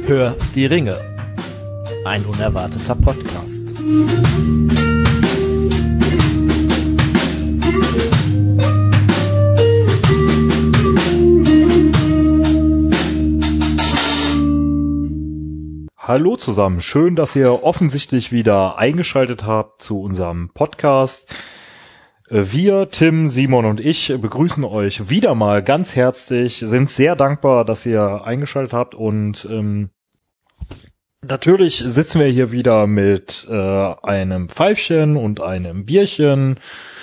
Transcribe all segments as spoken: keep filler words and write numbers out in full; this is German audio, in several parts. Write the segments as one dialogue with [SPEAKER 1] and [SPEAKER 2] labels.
[SPEAKER 1] Hör die Ringe. Ein unerwarteter Podcast.
[SPEAKER 2] Hallo zusammen, schön, dass ihr offensichtlich wieder eingeschaltet habt zu unserem Podcast. Wir, Tim, Simon und ich, begrüßen euch wieder mal ganz herzlich, sind sehr dankbar, dass ihr eingeschaltet habt und ähm, natürlich sitzen wir hier wieder mit äh, einem Pfeifchen und einem Bierchen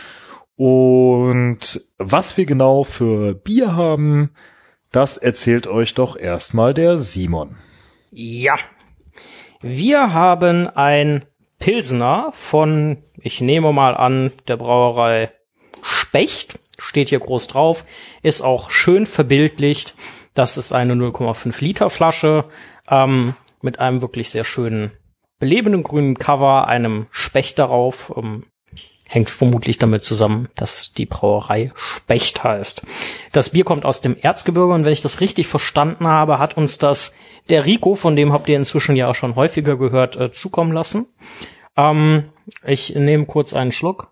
[SPEAKER 2] und was wir genau für Bier haben, das erzählt euch doch erstmal der Simon.
[SPEAKER 3] Ja, wir haben ein Pilsner von, ich nehme mal an, der Brauerei Specht, steht hier groß drauf, ist auch schön verbildlicht. Das ist eine null Komma fünf Liter Flasche ähm, mit einem wirklich sehr schönen, belebenden grünen Cover, einem Specht darauf. Ähm, hängt vermutlich damit zusammen, dass die Brauerei Specht heißt. Das Bier kommt aus dem Erzgebirge und wenn ich das richtig verstanden habe, hat uns das der Rico, von dem habt ihr inzwischen ja auch schon häufiger gehört, äh, zukommen lassen. Ähm, ich nehme kurz einen Schluck.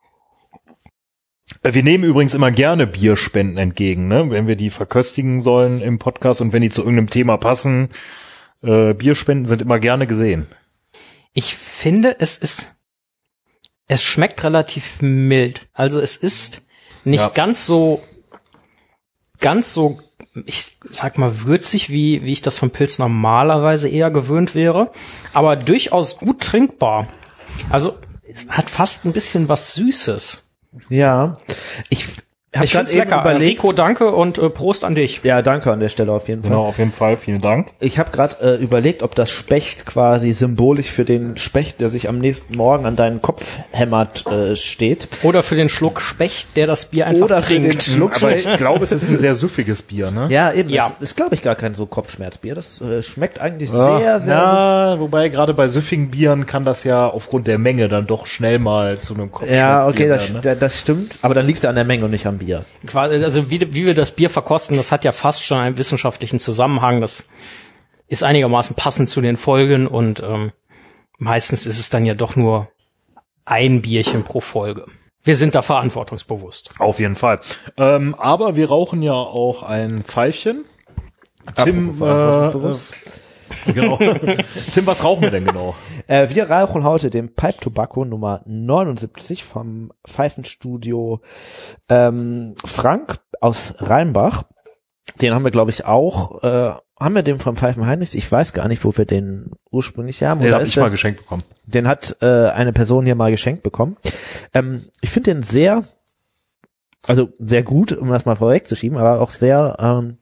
[SPEAKER 2] Wir nehmen übrigens immer gerne Bierspenden entgegen, ne? Wenn wir die verköstigen sollen im Podcast und wenn die zu irgendeinem Thema passen. Äh, Bierspenden sind immer gerne gesehen.
[SPEAKER 3] Ich finde, es ist, es schmeckt relativ mild. Also es ist nicht ja. ganz so, ganz so, ich sag mal würzig, wie, wie ich das vom Pilz normalerweise eher gewöhnt wäre, aber durchaus gut trinkbar. Also es hat fast ein bisschen was Süßes.
[SPEAKER 1] Ja, ich hab
[SPEAKER 3] ich find's lecker.
[SPEAKER 1] Überlegt,
[SPEAKER 3] Rico, danke und äh, Prost an dich.
[SPEAKER 1] Ja, danke an der Stelle auf jeden Fall.
[SPEAKER 2] Genau, auf jeden Fall, vielen Dank.
[SPEAKER 1] Ich habe gerade äh, überlegt, ob das Specht quasi symbolisch für den Specht, der sich am nächsten Morgen an deinen Kopf hämmert, äh, steht.
[SPEAKER 3] Oder für den Schluck Specht, der das Bier einfach
[SPEAKER 1] Oder
[SPEAKER 3] trinkt.
[SPEAKER 1] Für den Schluck
[SPEAKER 2] Aber ich glaube, es ist ein sehr süffiges Bier, ne?
[SPEAKER 1] Ja, eben.
[SPEAKER 3] Ja.
[SPEAKER 1] Das ist, glaube ich, gar kein so Kopfschmerzbier. Das äh, schmeckt eigentlich
[SPEAKER 2] Ja,
[SPEAKER 1] sehr, sehr...
[SPEAKER 2] Ja, wobei gerade bei süffigen Bieren kann das ja aufgrund der Menge dann doch schnell mal zu einem Kopfschmerzbier
[SPEAKER 1] Ja, okay, das,
[SPEAKER 2] werden, ne?
[SPEAKER 1] das stimmt. Aber dann liegt es an der Menge und nicht am Bier.
[SPEAKER 3] Quasi, also wie, wie wir das Bier verkosten, das hat ja fast schon einen wissenschaftlichen Zusammenhang. Das ist einigermaßen passend zu den Folgen und ähm, meistens ist es dann ja doch nur ein Bierchen pro Folge. Wir sind da verantwortungsbewusst.
[SPEAKER 2] Auf jeden Fall. Ähm, aber wir rauchen ja auch ein Pfeifchen. Tim,
[SPEAKER 1] verantwortungsbewusst.
[SPEAKER 2] Äh, genau. Tim, was rauchen wir denn genau?
[SPEAKER 1] Äh, wir rauchen heute den Pipe Tobacco Nummer neunundsiebzig vom Pfeifenstudio ähm, Frank aus Rheinbach. Den haben wir, glaube ich, auch. Äh, haben wir den vom Pfeifen Heinrichs? Ich weiß gar nicht, wo wir den ursprünglich haben.
[SPEAKER 2] Den habe ich mal geschenkt bekommen.
[SPEAKER 1] Den hat äh, eine Person hier mal geschenkt bekommen. Ähm, ich finde den sehr, also sehr gut, um das mal vorwegzuschieben, aber auch sehr ähm,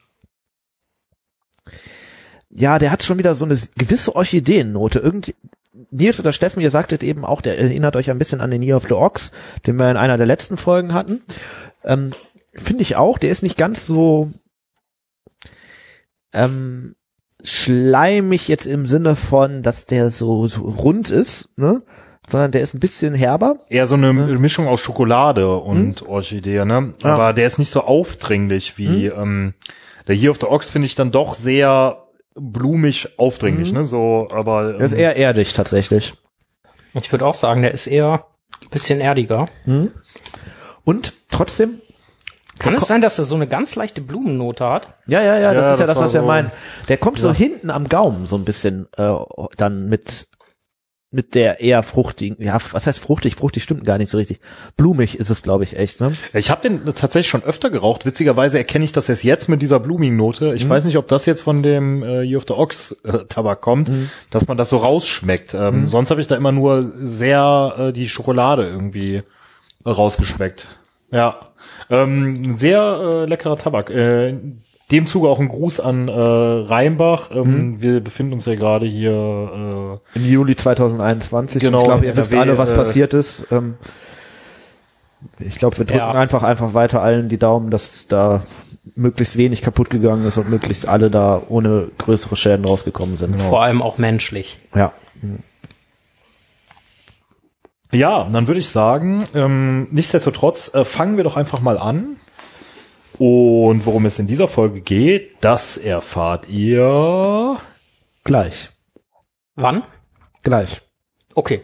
[SPEAKER 1] ja, der hat schon wieder so eine gewisse Orchideennote. Irgendwie, Nils oder Steffen, ihr sagtet eben auch, der erinnert euch ein bisschen an den Year of the Ox, den wir in einer der letzten Folgen hatten. Ähm, finde ich auch, der ist nicht ganz so ähm, schleimig jetzt im Sinne von, dass der so, so rund ist, ne? Sondern der ist ein bisschen herber.
[SPEAKER 2] Eher so eine ja. Mischung aus Schokolade und hm? Orchidee, ne?
[SPEAKER 1] Ja.
[SPEAKER 2] Aber der ist nicht so aufdringlich wie hm? ähm, der Year of the Ox, finde ich dann doch sehr blumig aufdringlich, mhm. ne, so, aber. Ähm,
[SPEAKER 1] der ist eher erdig, tatsächlich.
[SPEAKER 3] Ich würde auch sagen, der ist eher ein bisschen erdiger.
[SPEAKER 1] Mhm. Und trotzdem.
[SPEAKER 3] Kann es sein, dass er so eine ganz leichte Blumennote hat?
[SPEAKER 1] Ja, ja, ja, das
[SPEAKER 2] ja,
[SPEAKER 1] ist ja das,
[SPEAKER 2] das
[SPEAKER 1] was wir
[SPEAKER 2] so,
[SPEAKER 1] meinen. Der kommt
[SPEAKER 2] ja.
[SPEAKER 1] so hinten am Gaumen so ein bisschen, äh, dann mit, mit der eher fruchtigen, ja, was heißt fruchtig? Fruchtig stimmt gar nicht so richtig. Blumig ist es, glaube ich, echt, ne?
[SPEAKER 2] Ich habe den tatsächlich schon öfter geraucht. Witzigerweise erkenne ich das erst jetzt mit dieser blumigen Note. Ich mhm. weiß nicht, ob das jetzt von dem äh, Year of the Ox äh, Tabak kommt, mhm. dass man das so rausschmeckt. Ähm, mhm. Sonst habe ich da immer nur sehr äh, die Schokolade irgendwie rausgeschmeckt. Ja, ähm, sehr äh, leckerer Tabak. Äh, dem Zuge auch ein Gruß an äh, Rheinbach. Ähm, mhm. Wir befinden uns ja gerade hier
[SPEAKER 1] äh, im Juli zweitausendeinundzwanzig.
[SPEAKER 2] Genau,
[SPEAKER 1] ich glaube, ihr wisst alle, was
[SPEAKER 2] äh,
[SPEAKER 1] passiert ist. Ähm, ich glaube, wir drücken
[SPEAKER 3] ja.
[SPEAKER 1] einfach einfach weiter allen die Daumen, dass da möglichst wenig kaputt gegangen ist und möglichst alle da ohne größere Schäden rausgekommen sind.
[SPEAKER 3] Genau. Vor allem auch menschlich.
[SPEAKER 1] Ja.
[SPEAKER 2] Ja, dann würde ich sagen, ähm, nichtsdestotrotz äh, fangen wir doch einfach mal an. Und worum es in dieser Folge geht, das erfahrt ihr
[SPEAKER 1] Gleich.
[SPEAKER 3] Wann?
[SPEAKER 1] Gleich.
[SPEAKER 3] Okay.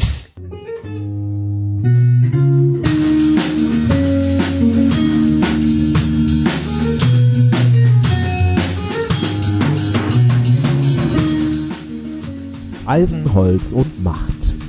[SPEAKER 4] Eisen, Holz und Macht.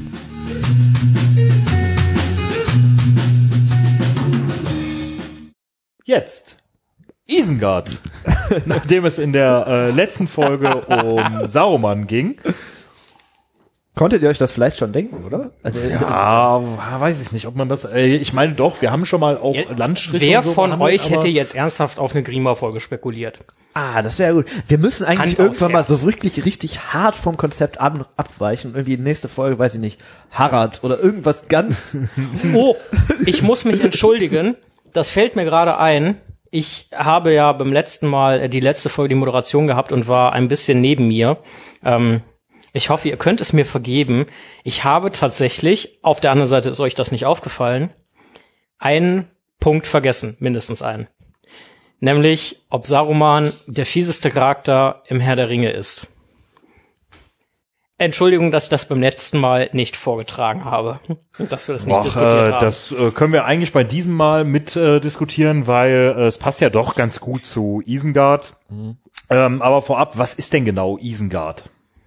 [SPEAKER 2] Jetzt Isengard. Nachdem es in der äh, letzten Folge um Saruman ging.
[SPEAKER 1] Konntet ihr euch das vielleicht schon denken, oder? Also,
[SPEAKER 2] Ja, weiß ich nicht, ob man das, äh, ich meine doch, wir haben schon mal auch Landstriche
[SPEAKER 3] Wer
[SPEAKER 2] und so
[SPEAKER 3] von
[SPEAKER 2] behandelt,
[SPEAKER 3] euch hätte
[SPEAKER 2] aber-
[SPEAKER 3] jetzt ernsthaft auf eine Grima-Folge spekuliert?
[SPEAKER 1] Ah, das wäre gut. Wir müssen eigentlich
[SPEAKER 3] Hand
[SPEAKER 1] irgendwann mal
[SPEAKER 3] aufs
[SPEAKER 1] so wirklich richtig hart vom Konzept ab, abweichen und irgendwie nächste Folge, weiß ich nicht, Harald oder irgendwas ganz.
[SPEAKER 3] Oh, ich muss mich entschuldigen. Das fällt mir gerade ein. Ich habe ja beim letzten Mal äh, die letzte Folge die Moderation gehabt und war ein bisschen neben mir. Ähm, ich hoffe, ihr könnt es mir vergeben. Ich habe tatsächlich, auf der anderen Seite ist euch das nicht aufgefallen, einen Punkt vergessen, mindestens einen. Nämlich, ob Saruman der fieseste Charakter im Herr der Ringe ist. Entschuldigung, dass ich das beim letzten Mal nicht vorgetragen habe. Dass wir das nicht
[SPEAKER 2] Boah,
[SPEAKER 3] diskutiert
[SPEAKER 2] äh,
[SPEAKER 3] haben.
[SPEAKER 2] das äh, können wir eigentlich bei diesem Mal mit äh, diskutieren, weil äh, es passt ja doch ganz gut zu Isengard. Mhm. Ähm, aber vorab, was ist denn genau Isengard?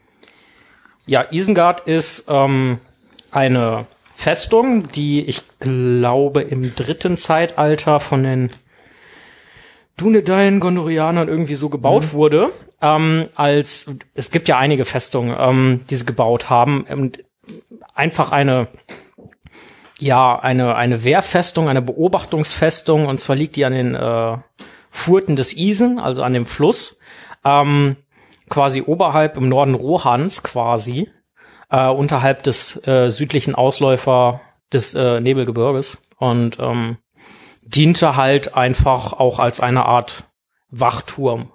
[SPEAKER 3] Ja, Isengard ist ähm, eine Festung, die ich glaube im dritten Zeitalter von den Dunedain, Gondorianern irgendwie so gebaut mhm. wurde. Ähm, als es gibt ja einige Festungen, ähm, die sie gebaut haben. Und einfach eine, ja, eine eine Wehrfestung, eine Beobachtungsfestung. Und zwar liegt die an den äh, Furten des Isen, also an dem Fluss, ähm, quasi oberhalb im Norden Rohans quasi, äh, unterhalb des äh, südlichen Ausläufer des äh, Nebelgebirges. Und ähm, diente halt einfach auch als eine Art Wachturm.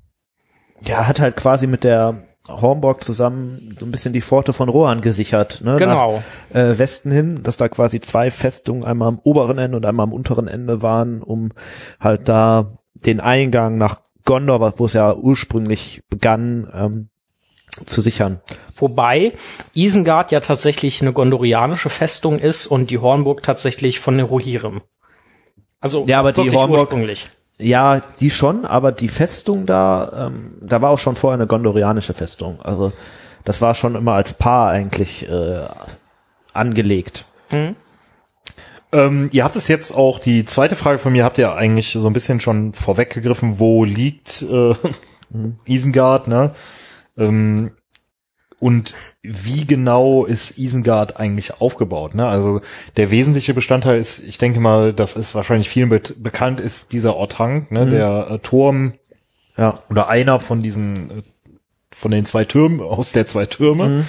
[SPEAKER 1] Ja, hat halt quasi mit der Hornburg zusammen so ein bisschen die Pforte von Rohan gesichert, ne?
[SPEAKER 3] Genau.
[SPEAKER 1] Nach äh, Westen hin, dass da quasi zwei Festungen, einmal am oberen Ende und einmal am unteren Ende waren, um halt da den Eingang nach Gondor, wo es ja ursprünglich begann, ähm, zu sichern.
[SPEAKER 3] Wobei Isengard ja tatsächlich eine gondorianische Festung ist und die Hornburg tatsächlich von den Rohirrim. Also
[SPEAKER 1] ja, aber die
[SPEAKER 3] wirklich
[SPEAKER 1] Hornburg,
[SPEAKER 3] ursprünglich.
[SPEAKER 1] Ja, die schon, aber die Festung da, ähm, da war auch schon vorher eine gondorianische Festung. Also das war schon immer als Paar eigentlich äh, angelegt.
[SPEAKER 3] Hm.
[SPEAKER 2] Ähm, ihr habt es jetzt auch, die zweite Frage von mir habt ihr eigentlich so ein bisschen schon vorweggegriffen, wo liegt äh, mhm. Isengard, ne? Ähm, und wie genau ist Isengard eigentlich aufgebaut, ne? Also der wesentliche Bestandteil ist, ich denke mal, das ist wahrscheinlich vielen be- bekannt, ist dieser Orthanc, ne? Mhm. Der äh, Turm, ja, oder einer von diesen, äh, von den zwei Türmen, aus der zwei Türme. Mhm.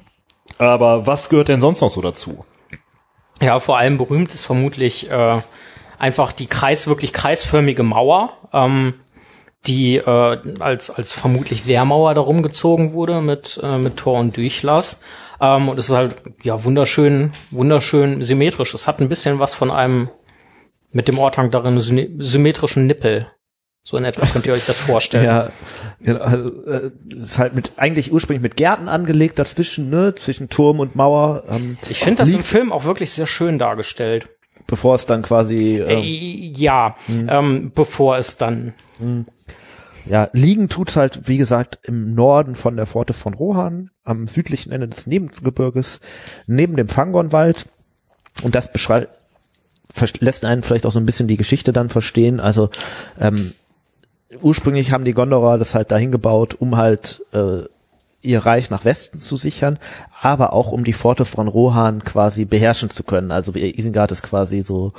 [SPEAKER 2] Aber was gehört denn sonst noch so dazu?
[SPEAKER 3] Ja, vor allem berühmt ist vermutlich äh, einfach die kreis, wirklich kreisförmige Mauer, ähm, die äh, als als vermutlich Wehrmauer darum gezogen wurde mit äh, mit Tor und Durchlass. Ähm, und es ist halt ja wunderschön, wunderschön symmetrisch. Es hat ein bisschen was von einem mit dem Orthanc darin sy- symmetrischen Nippel. So in etwa könnt ihr euch das vorstellen.
[SPEAKER 1] Ja, genau, also, äh, ist halt mit eigentlich ursprünglich mit Gärten angelegt dazwischen, ne, zwischen Turm und Mauer. Ähm,
[SPEAKER 3] ich finde das im Film auch wirklich sehr schön dargestellt.
[SPEAKER 1] Bevor es dann quasi ähm,
[SPEAKER 3] äh, ja, hm. ähm, bevor es dann
[SPEAKER 1] hm. Ja, liegen tut's halt, wie gesagt, im Norden von der Pforte von Rohan, am südlichen Ende des Nebengebirges, neben dem Fangornwald. Und das beschreibt, lässt einen vielleicht auch so ein bisschen die Geschichte dann verstehen. Also ähm, ursprünglich haben die Gondorer das halt dahin gebaut, um halt äh, ihr Reich nach Westen zu sichern, aber auch um die Pforte von Rohan quasi beherrschen zu können. Also Isengard ist quasi so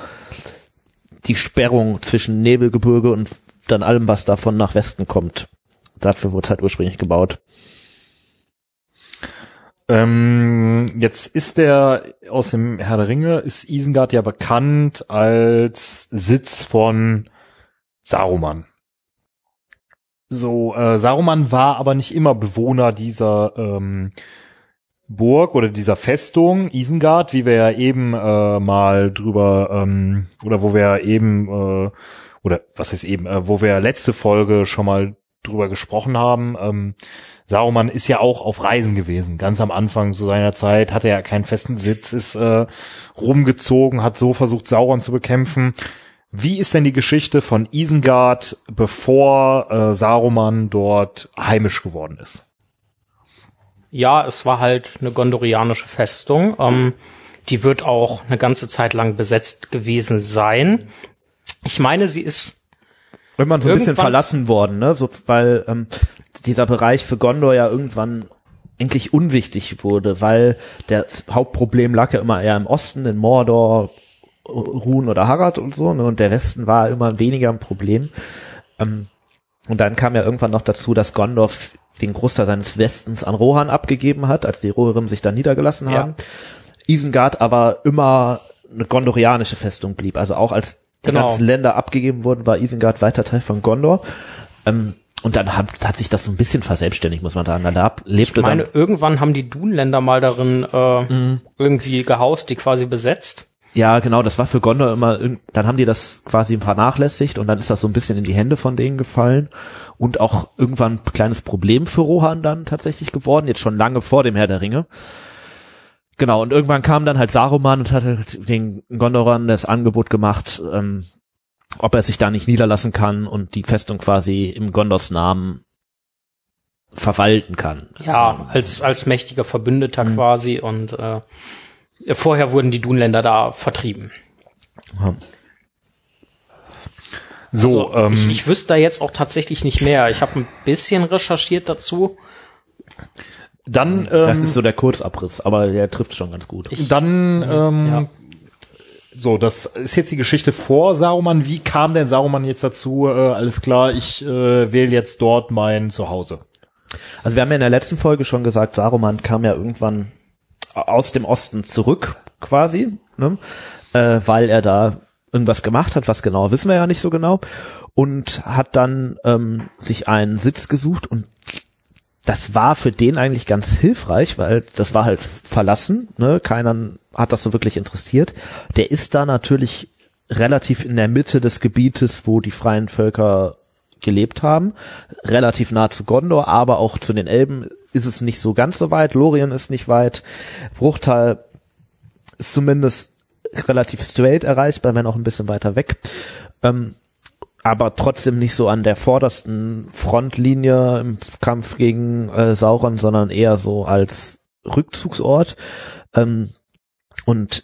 [SPEAKER 1] die Sperrung zwischen Nebelgebirge und dann allem, was davon nach Westen kommt. Dafür wurde es halt ursprünglich gebaut.
[SPEAKER 2] Ähm, jetzt ist der aus dem Herr der Ringe, ist Isengard ja bekannt als Sitz von Saruman. So, äh, Saruman war aber nicht immer Bewohner dieser ähm, Burg oder dieser Festung Isengard, wie wir ja eben äh, mal drüber, ähm, oder wo wir eben, äh, oder was heißt eben, äh, wo wir letzte Folge schon mal drüber gesprochen haben. Ähm, Saruman ist ja auch auf Reisen gewesen. Ganz am Anfang zu seiner Zeit hatte er keinen festen Sitz, ist äh, rumgezogen, hat so versucht, Sauron zu bekämpfen. Wie ist denn die Geschichte von Isengard, bevor äh, Saruman dort heimisch geworden ist?
[SPEAKER 3] Ja, es war halt eine gondorianische Festung. Ähm, die wird auch eine ganze Zeit lang besetzt gewesen sein. Ich meine, sie ist
[SPEAKER 1] irgendwann so ein bisschen verlassen worden, ne? So, weil ähm, dieser Bereich für Gondor ja irgendwann eigentlich unwichtig wurde, weil das Hauptproblem lag ja immer eher im Osten, in Mordor, Rhun oder Harad und so, ne? Und der Westen war immer weniger ein Problem. Ähm, und dann kam ja irgendwann noch dazu, dass Gondor den Großteil seines Westens an Rohan abgegeben hat, als die Rohirrim sich dann niedergelassen haben. Ja. Isengard aber immer eine gondorianische Festung blieb, also auch als die genau. ganzen Länder abgegeben wurden, war Isengard weiter Teil von Gondor. Ähm, und dann hat, hat sich das so ein bisschen verselbstständigt, muss man sagen. Da lebte
[SPEAKER 3] ich meine,
[SPEAKER 1] dann,
[SPEAKER 3] irgendwann haben die Dunländer mal darin äh, mhm. irgendwie gehaust, die quasi besetzt.
[SPEAKER 1] Ja, genau, das war für Gondor immer, dann haben die das quasi vernachlässigt und dann ist das so ein bisschen in die Hände von denen gefallen und auch irgendwann ein kleines Problem für Rohan dann tatsächlich geworden, jetzt schon lange vor dem Herr der Ringe. Genau, und irgendwann kam dann halt Saruman und hatte den Gondorern das Angebot gemacht, ähm, ob er sich da nicht niederlassen kann und die Festung quasi im Gondors Namen verwalten kann.
[SPEAKER 3] Ja, also, als als mächtiger Verbündeter mhm. quasi und äh, vorher wurden die Dunländer da vertrieben. Ja. So, also, ähm, ich, ich wüsste da jetzt auch tatsächlich nicht mehr. Ich habe ein bisschen recherchiert dazu.
[SPEAKER 2] Dann,
[SPEAKER 1] ähm, das ist so der Kurzabriss, aber der trifft schon ganz gut.
[SPEAKER 2] Ich, dann, ähm, ja. so, das ist jetzt die Geschichte vor Saruman. Wie kam denn Saruman jetzt dazu? Äh, alles klar, ich äh, wähle jetzt dort mein Zuhause.
[SPEAKER 1] Also wir haben ja in der letzten Folge schon gesagt, Saruman kam ja irgendwann aus dem Osten zurück, quasi, ne? äh, weil er da irgendwas gemacht hat, was genau wissen wir ja nicht so genau, und hat dann ähm, sich einen Sitz gesucht und das war für den eigentlich ganz hilfreich, weil das war halt verlassen, ne? Keiner hat das so wirklich interessiert. Der ist da natürlich relativ in der Mitte des Gebietes, wo die freien Völker gelebt haben, relativ nah zu Gondor, aber auch zu den Elben ist es nicht so ganz so weit. Lorien ist nicht weit. Bruchtal ist zumindest relativ straight erreichbar, wenn auch ein bisschen weiter weg. Ähm, aber trotzdem nicht so an der vordersten Frontlinie im Kampf gegen äh, Sauron, sondern eher so als Rückzugsort. Ähm, und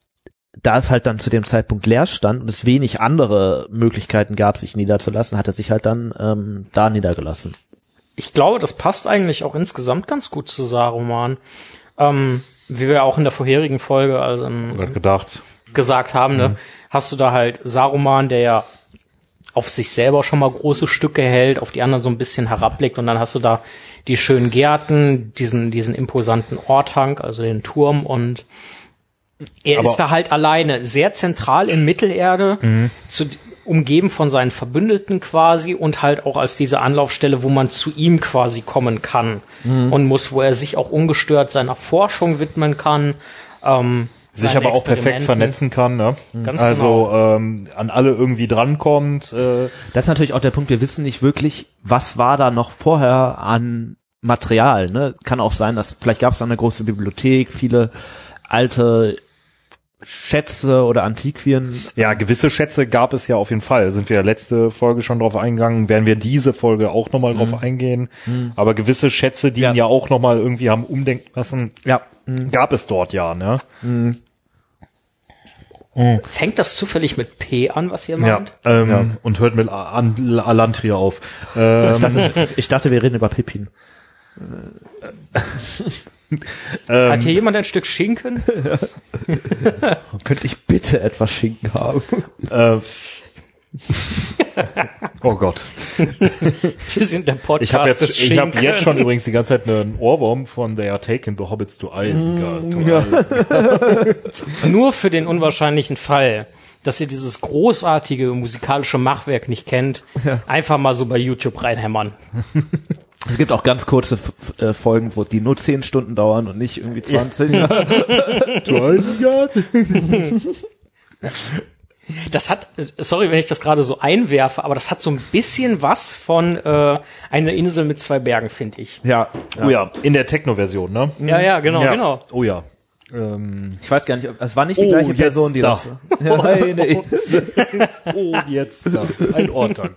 [SPEAKER 1] da es halt dann zu dem Zeitpunkt leer stand und es wenig andere Möglichkeiten gab, sich niederzulassen, hat er sich halt dann ähm, da niedergelassen.
[SPEAKER 3] Ich glaube, das passt eigentlich auch insgesamt ganz gut zu Saruman. Ähm, wie wir auch in der vorherigen Folge also ähm,
[SPEAKER 2] gedacht.
[SPEAKER 3] gesagt haben, ne, mhm. hast du da halt Saruman, der ja auf sich selber schon mal große Stücke hält, auf die anderen so ein bisschen herabblickt und dann hast du da die schönen Gärten, diesen diesen imposanten Orthang, also den Turm und er Aber ist da halt alleine, sehr zentral in Mittelerde, mhm. zu, umgeben von seinen Verbündeten quasi und halt auch als diese Anlaufstelle, wo man zu ihm quasi kommen kann mhm. und muss, wo er sich auch ungestört seiner Forschung widmen kann, ähm,
[SPEAKER 2] sich aber auch perfekt vernetzen kann, ne?
[SPEAKER 3] Ganz
[SPEAKER 2] also
[SPEAKER 3] genau.
[SPEAKER 2] ähm, an alle irgendwie drankommt. Äh.
[SPEAKER 1] Das ist natürlich auch der Punkt, wir wissen nicht wirklich, was war da noch vorher an Material, ne? Kann auch sein, dass vielleicht gab es da eine große Bibliothek, viele alte Schätze oder Antiquien.
[SPEAKER 2] Ja, gewisse Schätze gab es ja auf jeden Fall. Sind wir letzte Folge schon drauf eingegangen, werden wir diese Folge auch nochmal mhm. drauf eingehen. Mhm. Aber gewisse Schätze, die ja. ihn ja auch nochmal irgendwie haben umdenken lassen,
[SPEAKER 1] ja.
[SPEAKER 2] mhm. gab es dort ja, ne?
[SPEAKER 1] Mhm.
[SPEAKER 3] Mhm. Fängt das zufällig mit P an, was ihr meint?
[SPEAKER 2] Ja, ähm, ja. Und hört mit Al- Alantria auf.
[SPEAKER 1] Ähm, ich, dachte, ich dachte, wir reden über Pippin.
[SPEAKER 3] Ähm, Hat hier jemand ein Stück Schinken?
[SPEAKER 1] Könnte ich bitte etwas Schinken haben?
[SPEAKER 2] Äh, oh Gott.
[SPEAKER 3] Wir sind der Podcast
[SPEAKER 2] ich hab jetzt,
[SPEAKER 3] des
[SPEAKER 2] Ich habe
[SPEAKER 3] Schinken.
[SPEAKER 2] jetzt schon übrigens die ganze Zeit einen Ohrwurm von They Are Taken the Hobbits to Isengard.
[SPEAKER 1] Mm, ja.
[SPEAKER 3] Nur für den unwahrscheinlichen Fall, dass ihr dieses großartige musikalische Machwerk nicht kennt, ja. einfach mal so bei YouTube reinhämmern.
[SPEAKER 1] Es gibt auch ganz kurze F- äh, Folgen, wo die nur zehn Stunden dauern und nicht irgendwie zwanzig.
[SPEAKER 2] To Isengard?
[SPEAKER 3] Das hat, sorry, wenn ich das gerade so einwerfe, aber das hat so ein bisschen was von äh, einer Insel mit zwei Bergen, finde ich.
[SPEAKER 1] Ja.
[SPEAKER 2] Oh ja, in der Techno-Version, ne?
[SPEAKER 3] Ja, ja, genau,
[SPEAKER 2] ja.
[SPEAKER 3] genau.
[SPEAKER 2] Oh ja. Ähm,
[SPEAKER 1] Ich weiß gar nicht, ob, es war nicht die
[SPEAKER 2] Oh,
[SPEAKER 1] gleiche
[SPEAKER 2] jetzt
[SPEAKER 1] Person, die
[SPEAKER 2] da.
[SPEAKER 1] das... Ja, eine Insel.
[SPEAKER 2] oh, jetzt da. Ein Ortang.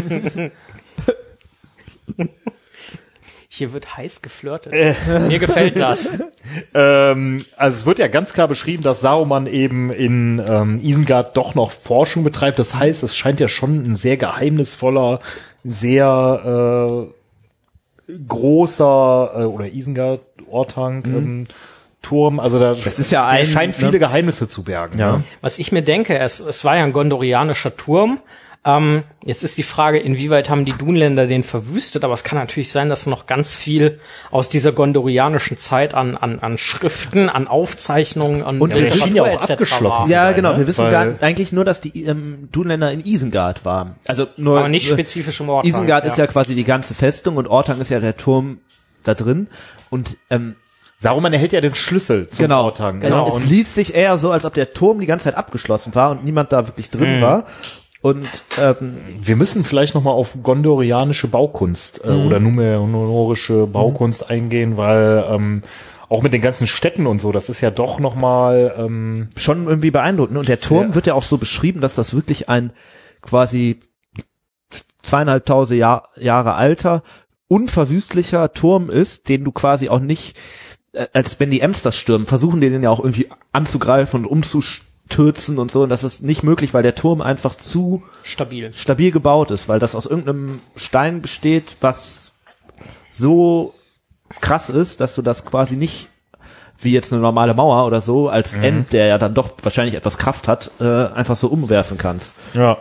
[SPEAKER 3] Hier wird heiß geflirtet. Mir gefällt das.
[SPEAKER 2] Ähm, also es wird ja ganz klar beschrieben, dass Saruman eben in ähm, Isengard doch noch Forschung betreibt. Das heißt, es scheint ja schon ein sehr geheimnisvoller, sehr äh, großer äh, oder Isengard, Ortang, mhm. ähm, Turm. Also da
[SPEAKER 1] Das ist ja ein,
[SPEAKER 2] scheint viele
[SPEAKER 1] ne?
[SPEAKER 2] Geheimnisse zu bergen.
[SPEAKER 1] Ja.
[SPEAKER 2] Ne?
[SPEAKER 3] Was ich mir denke, es, es war ja ein gondorianischer Turm. Ähm, jetzt ist die Frage, inwieweit haben die Dunländer den verwüstet, aber es kann natürlich sein, dass noch ganz viel aus dieser gondorianischen Zeit an, an, an Schriften, an Aufzeichnungen, an
[SPEAKER 1] Und wir
[SPEAKER 3] Literatur
[SPEAKER 1] wissen
[SPEAKER 2] ja auch
[SPEAKER 3] et cetera
[SPEAKER 2] abgeschlossen
[SPEAKER 3] war.
[SPEAKER 2] zu
[SPEAKER 1] Ja,
[SPEAKER 2] sein,
[SPEAKER 1] genau.
[SPEAKER 2] ne?
[SPEAKER 1] Wir wissen
[SPEAKER 2] Weil-
[SPEAKER 1] gar, eigentlich nur, dass die ähm, Dunländer in Isengard waren. Also nur
[SPEAKER 3] Aber nicht
[SPEAKER 1] nur-
[SPEAKER 3] spezifisch im Ortang.
[SPEAKER 1] Isengard ist ja quasi die ganze Festung und Ortang ist ja der Turm da drin. Und ähm,
[SPEAKER 2] Saruman erhält ja den Schlüssel zum
[SPEAKER 1] genau,
[SPEAKER 2] Ortang.
[SPEAKER 1] genau.
[SPEAKER 2] Ne?
[SPEAKER 1] Es
[SPEAKER 2] Und
[SPEAKER 1] liest sich eher so, als ob der Turm die ganze Zeit abgeschlossen war und niemand da wirklich drin
[SPEAKER 3] Mhm.
[SPEAKER 1] war. Und ähm,
[SPEAKER 2] wir müssen vielleicht noch mal auf gondorianische Baukunst äh,
[SPEAKER 1] Mhm.
[SPEAKER 2] oder numerorische Baukunst mhm. eingehen, weil ähm, auch mit den ganzen Städten und so, das ist ja doch noch mal ähm,
[SPEAKER 1] schon irgendwie beeindruckend. Und der Turm
[SPEAKER 2] Ja.
[SPEAKER 1] wird ja auch so beschrieben, dass das wirklich ein quasi zweieinhalbtausend Jahr, Jahre alter, unverwüstlicher Turm ist, den du quasi auch nicht, äh, als wenn die Emsters stürmen, versuchen die den ja auch irgendwie anzugreifen und umzustürzen und so. Und das ist nicht möglich, weil der Turm einfach zu
[SPEAKER 3] Stabil.
[SPEAKER 1] stabil gebaut ist, weil das aus irgendeinem Stein besteht, was so krass ist, dass du das quasi nicht wie jetzt eine normale Mauer oder so als
[SPEAKER 2] Mhm.
[SPEAKER 1] End, der ja dann doch wahrscheinlich etwas Kraft hat, äh, einfach so umwerfen kannst.
[SPEAKER 2] ja.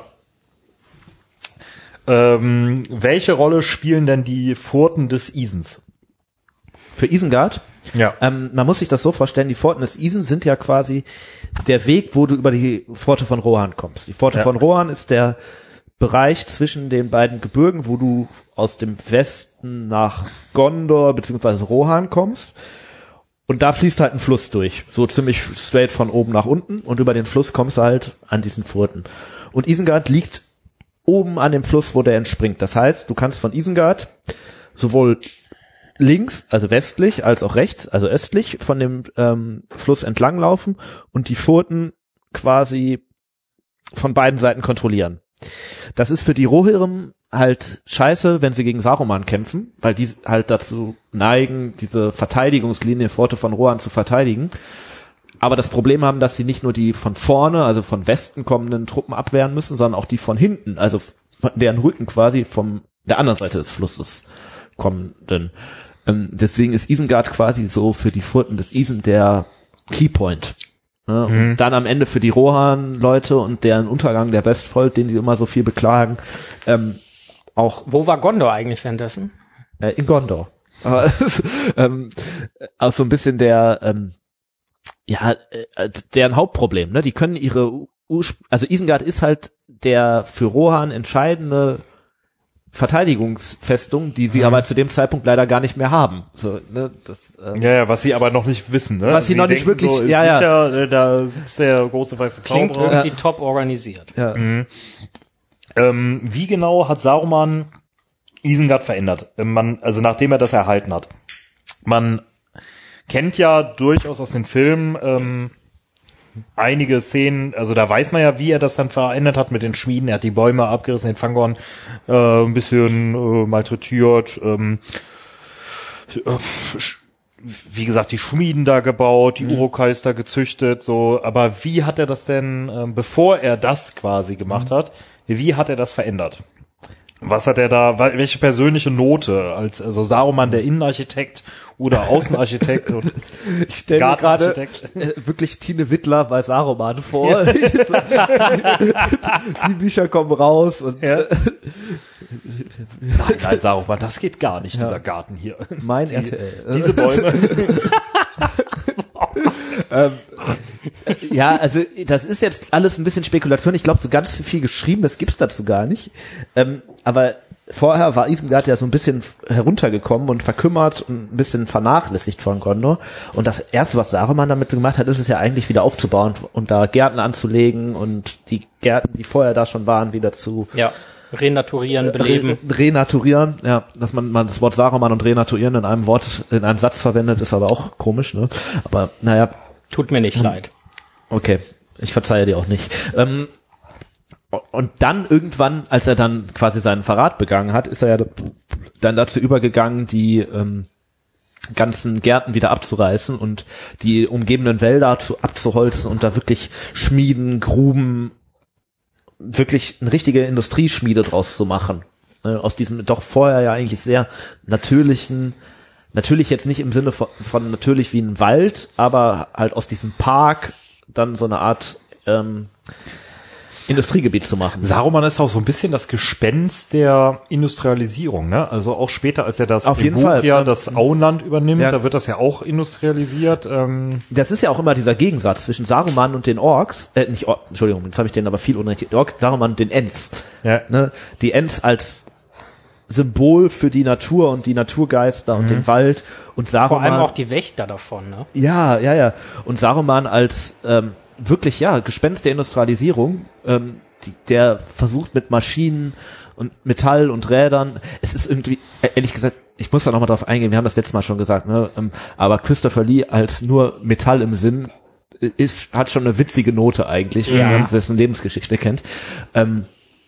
[SPEAKER 2] Ähm, welche Rolle spielen denn die Pforten des Isens?
[SPEAKER 1] Für Isengard,
[SPEAKER 2] Ja.
[SPEAKER 1] ähm, man muss sich das so vorstellen, die Pforten des Isen sind ja quasi der Weg, wo du über die Pforte von Rohan kommst. Die Pforte
[SPEAKER 2] Ja.
[SPEAKER 1] von Rohan ist der Bereich zwischen den beiden Gebirgen, wo du aus dem Westen nach Gondor bzw. Rohan kommst. Und da fließt halt ein Fluss durch, so ziemlich straight von oben nach unten. Und über den Fluss kommst du halt an diesen Pforten. Und Isengard liegt oben an dem Fluss, wo der entspringt. Das heißt, du kannst von Isengard sowohl links, also westlich, als auch rechts, also östlich von dem ähm, Fluss entlang laufen und die Pforten quasi von beiden Seiten kontrollieren. Das ist für die Rohirrim halt scheiße, wenn sie gegen Saruman kämpfen, weil die halt dazu neigen, diese Verteidigungslinie Pforte von Rohan zu verteidigen. Aber das Problem haben, dass sie nicht nur die von vorne, also von Westen kommenden Truppen abwehren müssen, sondern auch die von hinten, also von deren Rücken quasi vom der anderen Seite des Flusses kommenden. Ähm, deswegen ist Isengard quasi so für die Pforten des Isen der Keypoint. Ne?
[SPEAKER 2] Mhm.
[SPEAKER 1] Und dann am Ende für die Rohan-Leute und deren Untergang der Westfold, den sie immer so viel beklagen, ähm, auch
[SPEAKER 3] Wo war Gondor eigentlich währenddessen?
[SPEAKER 1] äh, in Gondor. Aber es, ähm, auch so ein bisschen der ähm, ja, äh, deren Hauptproblem, ne? Die können ihre Urspr- also Isengard ist halt der für Rohan entscheidende Verteidigungsfestung, die sie
[SPEAKER 2] Mhm.
[SPEAKER 1] aber zu dem Zeitpunkt leider gar nicht mehr haben. So, ne? Das ähm,
[SPEAKER 2] Ja, ja, was sie aber noch nicht wissen, ne?
[SPEAKER 1] Was sie noch nicht wirklich-
[SPEAKER 2] so, ist
[SPEAKER 1] ja, ja.
[SPEAKER 2] sicher, äh, da sitzt der große weiße
[SPEAKER 3] Klingt
[SPEAKER 2] Zauberer.
[SPEAKER 3] irgendwie top organisiert.
[SPEAKER 1] ja.
[SPEAKER 2] Ähm, wie genau hat Saruman Isengard verändert? Ähm, Man, also nachdem er das erhalten hat. Man kennt ja durchaus aus den Filmen ähm, einige Szenen, also da weiß man ja, wie er das dann verändert hat mit den Schmieden. Er hat die Bäume abgerissen, den Fangorn äh, ein bisschen äh, malträtiert, ähm, äh, sch- wie gesagt, die Schmieden da gebaut, die Urukais da gezüchtet, so. Aber wie hat er das denn, ähm, bevor er das quasi gemacht hat, wie hat er das verändert? Was hat er da, wa- welche persönliche Note als, also Saruman der Innenarchitekt oder Außenarchitekt und
[SPEAKER 1] Ich stelle mir gerade
[SPEAKER 2] Gartenarchitekt?
[SPEAKER 1] äh, wirklich Tine Wittler bei Saruman vor. Die Bücher kommen raus und
[SPEAKER 2] Ja. Nein, nein, Saruman, das geht gar nicht, dieser Garten hier.
[SPEAKER 1] mein R T L.
[SPEAKER 2] Diese Bäume.
[SPEAKER 1] ähm, ja, also das ist jetzt alles ein bisschen Spekulation. Ich glaube, so ganz viel geschrieben, das gibt's dazu gar nicht. Ähm, aber vorher war Isengard ja so ein bisschen heruntergekommen und verkümmert und ein bisschen vernachlässigt von Gondor. Und das Erste, was Saruman damit gemacht hat, ist es ja eigentlich wieder aufzubauen und da Gärten anzulegen und die Gärten, die vorher da schon waren, wieder zu
[SPEAKER 3] ja. renaturieren, beleben.
[SPEAKER 1] Re renaturieren, ja, dass man, man das Wort Saruman und renaturieren in einem Wort, in einem Satz verwendet, ist aber auch komisch, ne? Aber naja.
[SPEAKER 3] Tut mir nicht
[SPEAKER 1] hm.
[SPEAKER 3] leid.
[SPEAKER 1] Okay, ich verzeihe dir auch nicht. Ähm, Und dann irgendwann, als er dann quasi seinen Verrat begangen hat, ist er ja dann dazu übergegangen, die ähm, ganzen Gärten wieder abzureißen und die umgebenden Wälder zu, abzuholzen und da wirklich Schmieden, Gruben, wirklich eine richtige Industrieschmiede draus zu machen. Äh, aus diesem doch vorher ja eigentlich sehr natürlichen, natürlich jetzt nicht im Sinne von, von natürlich wie ein Wald, aber halt aus diesem Park dann so eine Art ähm, Industriegebiet zu machen.
[SPEAKER 2] Saruman ist auch so ein bisschen das Gespenst der Industrialisierung, ne? Also auch später, als er das
[SPEAKER 1] Auf jeden
[SPEAKER 2] Buch
[SPEAKER 1] Fall.
[SPEAKER 2] ja das Auenland übernimmt,
[SPEAKER 1] Ja.
[SPEAKER 2] da wird das ja auch industrialisiert. Ähm.
[SPEAKER 1] Das ist ja auch immer dieser Gegensatz zwischen Saruman und den Orks, äh, nicht Orks, Entschuldigung, jetzt habe ich den aber viel unrecht. Orks, Saruman und den Ents.
[SPEAKER 2] Ja.
[SPEAKER 1] Ne? Die Ents als Symbol für die Natur und die Naturgeister und
[SPEAKER 2] Mhm.
[SPEAKER 1] den Wald und Saruman.
[SPEAKER 3] Vor allem auch die Wächter davon, ne?
[SPEAKER 1] Ja, ja, ja. Und Saruman als ähm, wirklich, ja, Gespenst der Industrialisierung, ähm, die, der versucht mit Maschinen und Metall und Rädern, es ist irgendwie, äh, ehrlich gesagt, ich muss da nochmal drauf eingehen, wir haben das letztes Mal schon gesagt, ne, ähm, aber Christopher Lee als nur Metall im Sinn ist, hat schon eine witzige Note eigentlich, wenn
[SPEAKER 3] Ja.
[SPEAKER 1] man dessen Lebensgeschichte kennt. Ähm,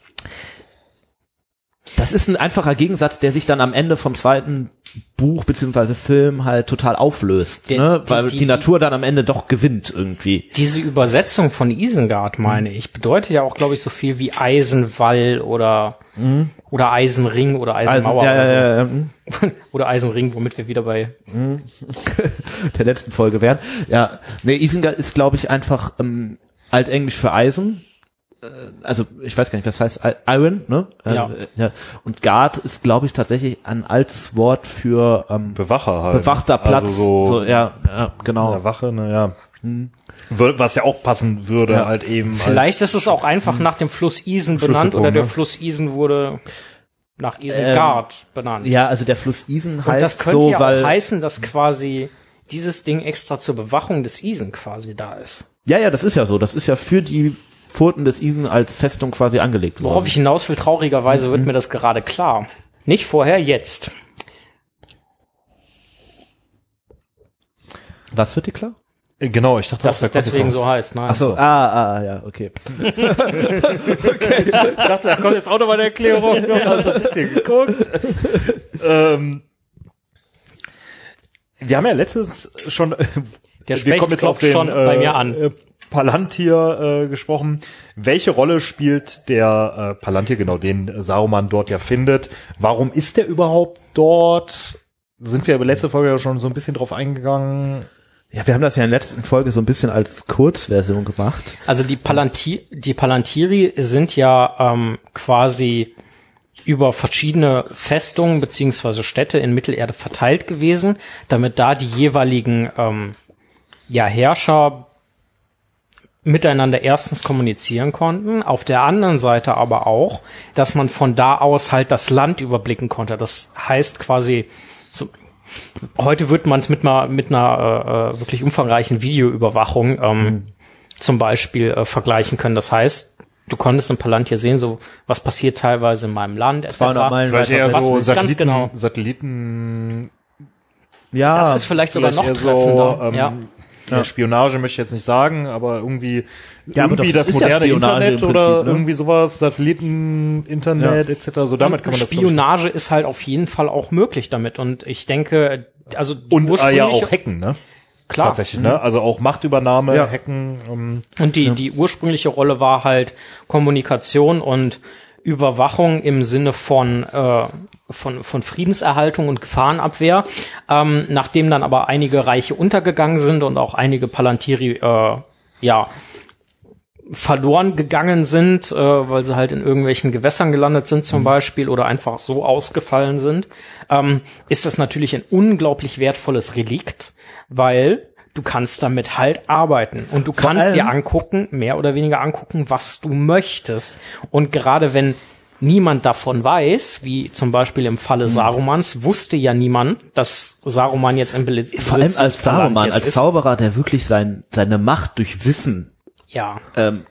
[SPEAKER 1] das ist ein einfacher Gegensatz, der sich dann am Ende vom zweiten Buch beziehungsweise Film halt total auflöst,
[SPEAKER 3] Die-
[SPEAKER 1] ne?
[SPEAKER 3] die-
[SPEAKER 1] Weil die,
[SPEAKER 3] die-
[SPEAKER 1] Natur dann am Ende doch gewinnt irgendwie.
[SPEAKER 3] Diese Übersetzung von Isengard, meine ich, bedeutet ja auch, glaube ich, so viel wie Eisenwall oder
[SPEAKER 1] Mhm.
[SPEAKER 3] oder Eisenring oder
[SPEAKER 1] Also,
[SPEAKER 3] Eisenmauer
[SPEAKER 1] ja,
[SPEAKER 3] oder so.
[SPEAKER 1] ja, ja, ja, mhm.
[SPEAKER 3] Oder Eisenring, womit wir wieder bei
[SPEAKER 1] der letzten Folge wären. Ja, nee, Isengard ist, glaube ich, einfach ähm, altenglisch für Eisen. Äh, Also ich weiß gar nicht, was heißt I- Iron, ne? Äh,
[SPEAKER 3] Ja.
[SPEAKER 1] ja. Und Guard ist, glaube ich, tatsächlich ein altes Wort für ähm,
[SPEAKER 2] Bewacher halt.
[SPEAKER 1] bewachter Platz.
[SPEAKER 2] Also so,
[SPEAKER 1] so, ja, ja, genau.
[SPEAKER 2] eine Wache, ne, ja. Wür- Was ja auch passen würde,
[SPEAKER 1] Ja.
[SPEAKER 2] halt eben.
[SPEAKER 3] Vielleicht
[SPEAKER 2] als,
[SPEAKER 3] ist es auch einfach nach dem Fluss Isen benannt
[SPEAKER 2] Schlüsselpunkt,
[SPEAKER 3] oder der
[SPEAKER 2] ne?
[SPEAKER 3] Fluss Isen wurde nach Isengard benannt.
[SPEAKER 1] Ja, also der Fluss Isen heißt
[SPEAKER 3] Und das könnte
[SPEAKER 1] so,
[SPEAKER 3] ja
[SPEAKER 1] weil
[SPEAKER 3] auch heißen, dass quasi dieses Ding extra zur Bewachung des Isen quasi da ist.
[SPEAKER 1] ja, ja, das ist ja so. Das ist ja für die Pforten des Isen als Festung quasi angelegt worden.
[SPEAKER 3] Worauf ich hinaus will, traurigerweise wird mir das gerade klar. Nicht vorher, jetzt.
[SPEAKER 1] Was wird dir klar?
[SPEAKER 2] Äh, Genau, ich dachte,
[SPEAKER 3] Dass
[SPEAKER 2] auch,
[SPEAKER 3] es
[SPEAKER 2] da kommt
[SPEAKER 3] deswegen
[SPEAKER 2] jetzt
[SPEAKER 3] so
[SPEAKER 2] was.
[SPEAKER 3] heißt. Nein.
[SPEAKER 1] Ach so, ah, ah, ja, okay.
[SPEAKER 2] Ich dachte, da kommt jetzt auch nochmal eine Erklärung. Noch mal so ein bisschen geguckt. ähm, wir haben ja letztes schon,
[SPEAKER 3] Der
[SPEAKER 2] wir
[SPEAKER 3] Specht
[SPEAKER 2] kommen jetzt auf
[SPEAKER 3] klopft
[SPEAKER 2] den
[SPEAKER 3] schon bei mir an.
[SPEAKER 2] Äh, Palantir äh, gesprochen. Welche Rolle spielt der äh, Palantir, genau, den Saruman dort ja findet? Warum ist der überhaupt dort? Sind wir aber letzte Folge ja schon so ein bisschen drauf eingegangen.
[SPEAKER 1] Ja, wir haben das ja in der letzten Folge so ein bisschen als Kurzversion gemacht.
[SPEAKER 3] Also die, Palanti die Palantiri sind ja ähm, quasi über verschiedene Festungen beziehungsweise Städte in Mittelerde verteilt gewesen, damit da die jeweiligen ähm, ja, Herrscher miteinander erstens kommunizieren konnten, auf der anderen Seite aber auch, dass man von da aus halt das Land überblicken konnte. Das heißt quasi, so, heute wird man es mit einer mit einer äh, wirklich umfangreichen Videoüberwachung ähm, mhm. zum Beispiel äh, vergleichen können. Das heißt, du konntest im Palantir sehen, so was passiert teilweise in meinem Land, et cetera.
[SPEAKER 2] Vielleicht eher
[SPEAKER 3] Was
[SPEAKER 2] so
[SPEAKER 3] ganz
[SPEAKER 2] Satelliten,
[SPEAKER 3] genau.
[SPEAKER 2] Satelliten.
[SPEAKER 1] Ja,
[SPEAKER 3] Das ist vielleicht sogar noch
[SPEAKER 2] eher
[SPEAKER 3] treffender.
[SPEAKER 2] So, ähm,
[SPEAKER 3] ja.
[SPEAKER 2] ja, Spionage möchte ich jetzt nicht sagen, aber irgendwie,
[SPEAKER 1] Ja, aber
[SPEAKER 2] irgendwie
[SPEAKER 1] doch,
[SPEAKER 2] das
[SPEAKER 1] ist ja
[SPEAKER 2] moderne
[SPEAKER 1] Spionage
[SPEAKER 2] Internet
[SPEAKER 1] im
[SPEAKER 2] oder
[SPEAKER 1] Prinzip, ne?
[SPEAKER 2] irgendwie sowas, Satelliten, Internet et cetera. So damit kann man das glaub ich,
[SPEAKER 3] Spionage ist halt auf jeden Fall auch möglich damit. Und ich denke, also die
[SPEAKER 2] und äh, ja
[SPEAKER 3] ursprüngliche-
[SPEAKER 2] auch Hacken, ne?
[SPEAKER 3] klar.
[SPEAKER 2] Tatsächlich, ne? Also auch Machtübernahme,
[SPEAKER 1] Ja.
[SPEAKER 2] Hacken. Ähm,
[SPEAKER 3] Und die, die ursprüngliche Rolle war halt Kommunikation und Überwachung im Sinne von, äh, von, von Friedenserhaltung und Gefahrenabwehr. Ähm, nachdem dann aber einige Reiche untergegangen sind und auch einige Palantiri, äh, ja, verloren gegangen sind, äh, weil sie halt in irgendwelchen Gewässern gelandet sind zum Beispiel oder einfach so ausgefallen sind, ähm, ist das natürlich ein unglaublich wertvolles Relikt, weil du kannst damit halt arbeiten und du
[SPEAKER 1] Vor
[SPEAKER 3] kannst dir
[SPEAKER 1] allem-
[SPEAKER 3] angucken, mehr oder weniger angucken, was du möchtest. Und gerade wenn niemand davon weiß, wie zum Beispiel im Falle Sarumans, wusste ja niemand, dass Saruman jetzt im Besitz
[SPEAKER 1] Vor allem als
[SPEAKER 3] des
[SPEAKER 1] Saruman,
[SPEAKER 3] Palantirs
[SPEAKER 1] als
[SPEAKER 3] ist.
[SPEAKER 1] Zauberer, der wirklich sein, seine Macht durch Wissen
[SPEAKER 3] Ja.
[SPEAKER 1] ähm,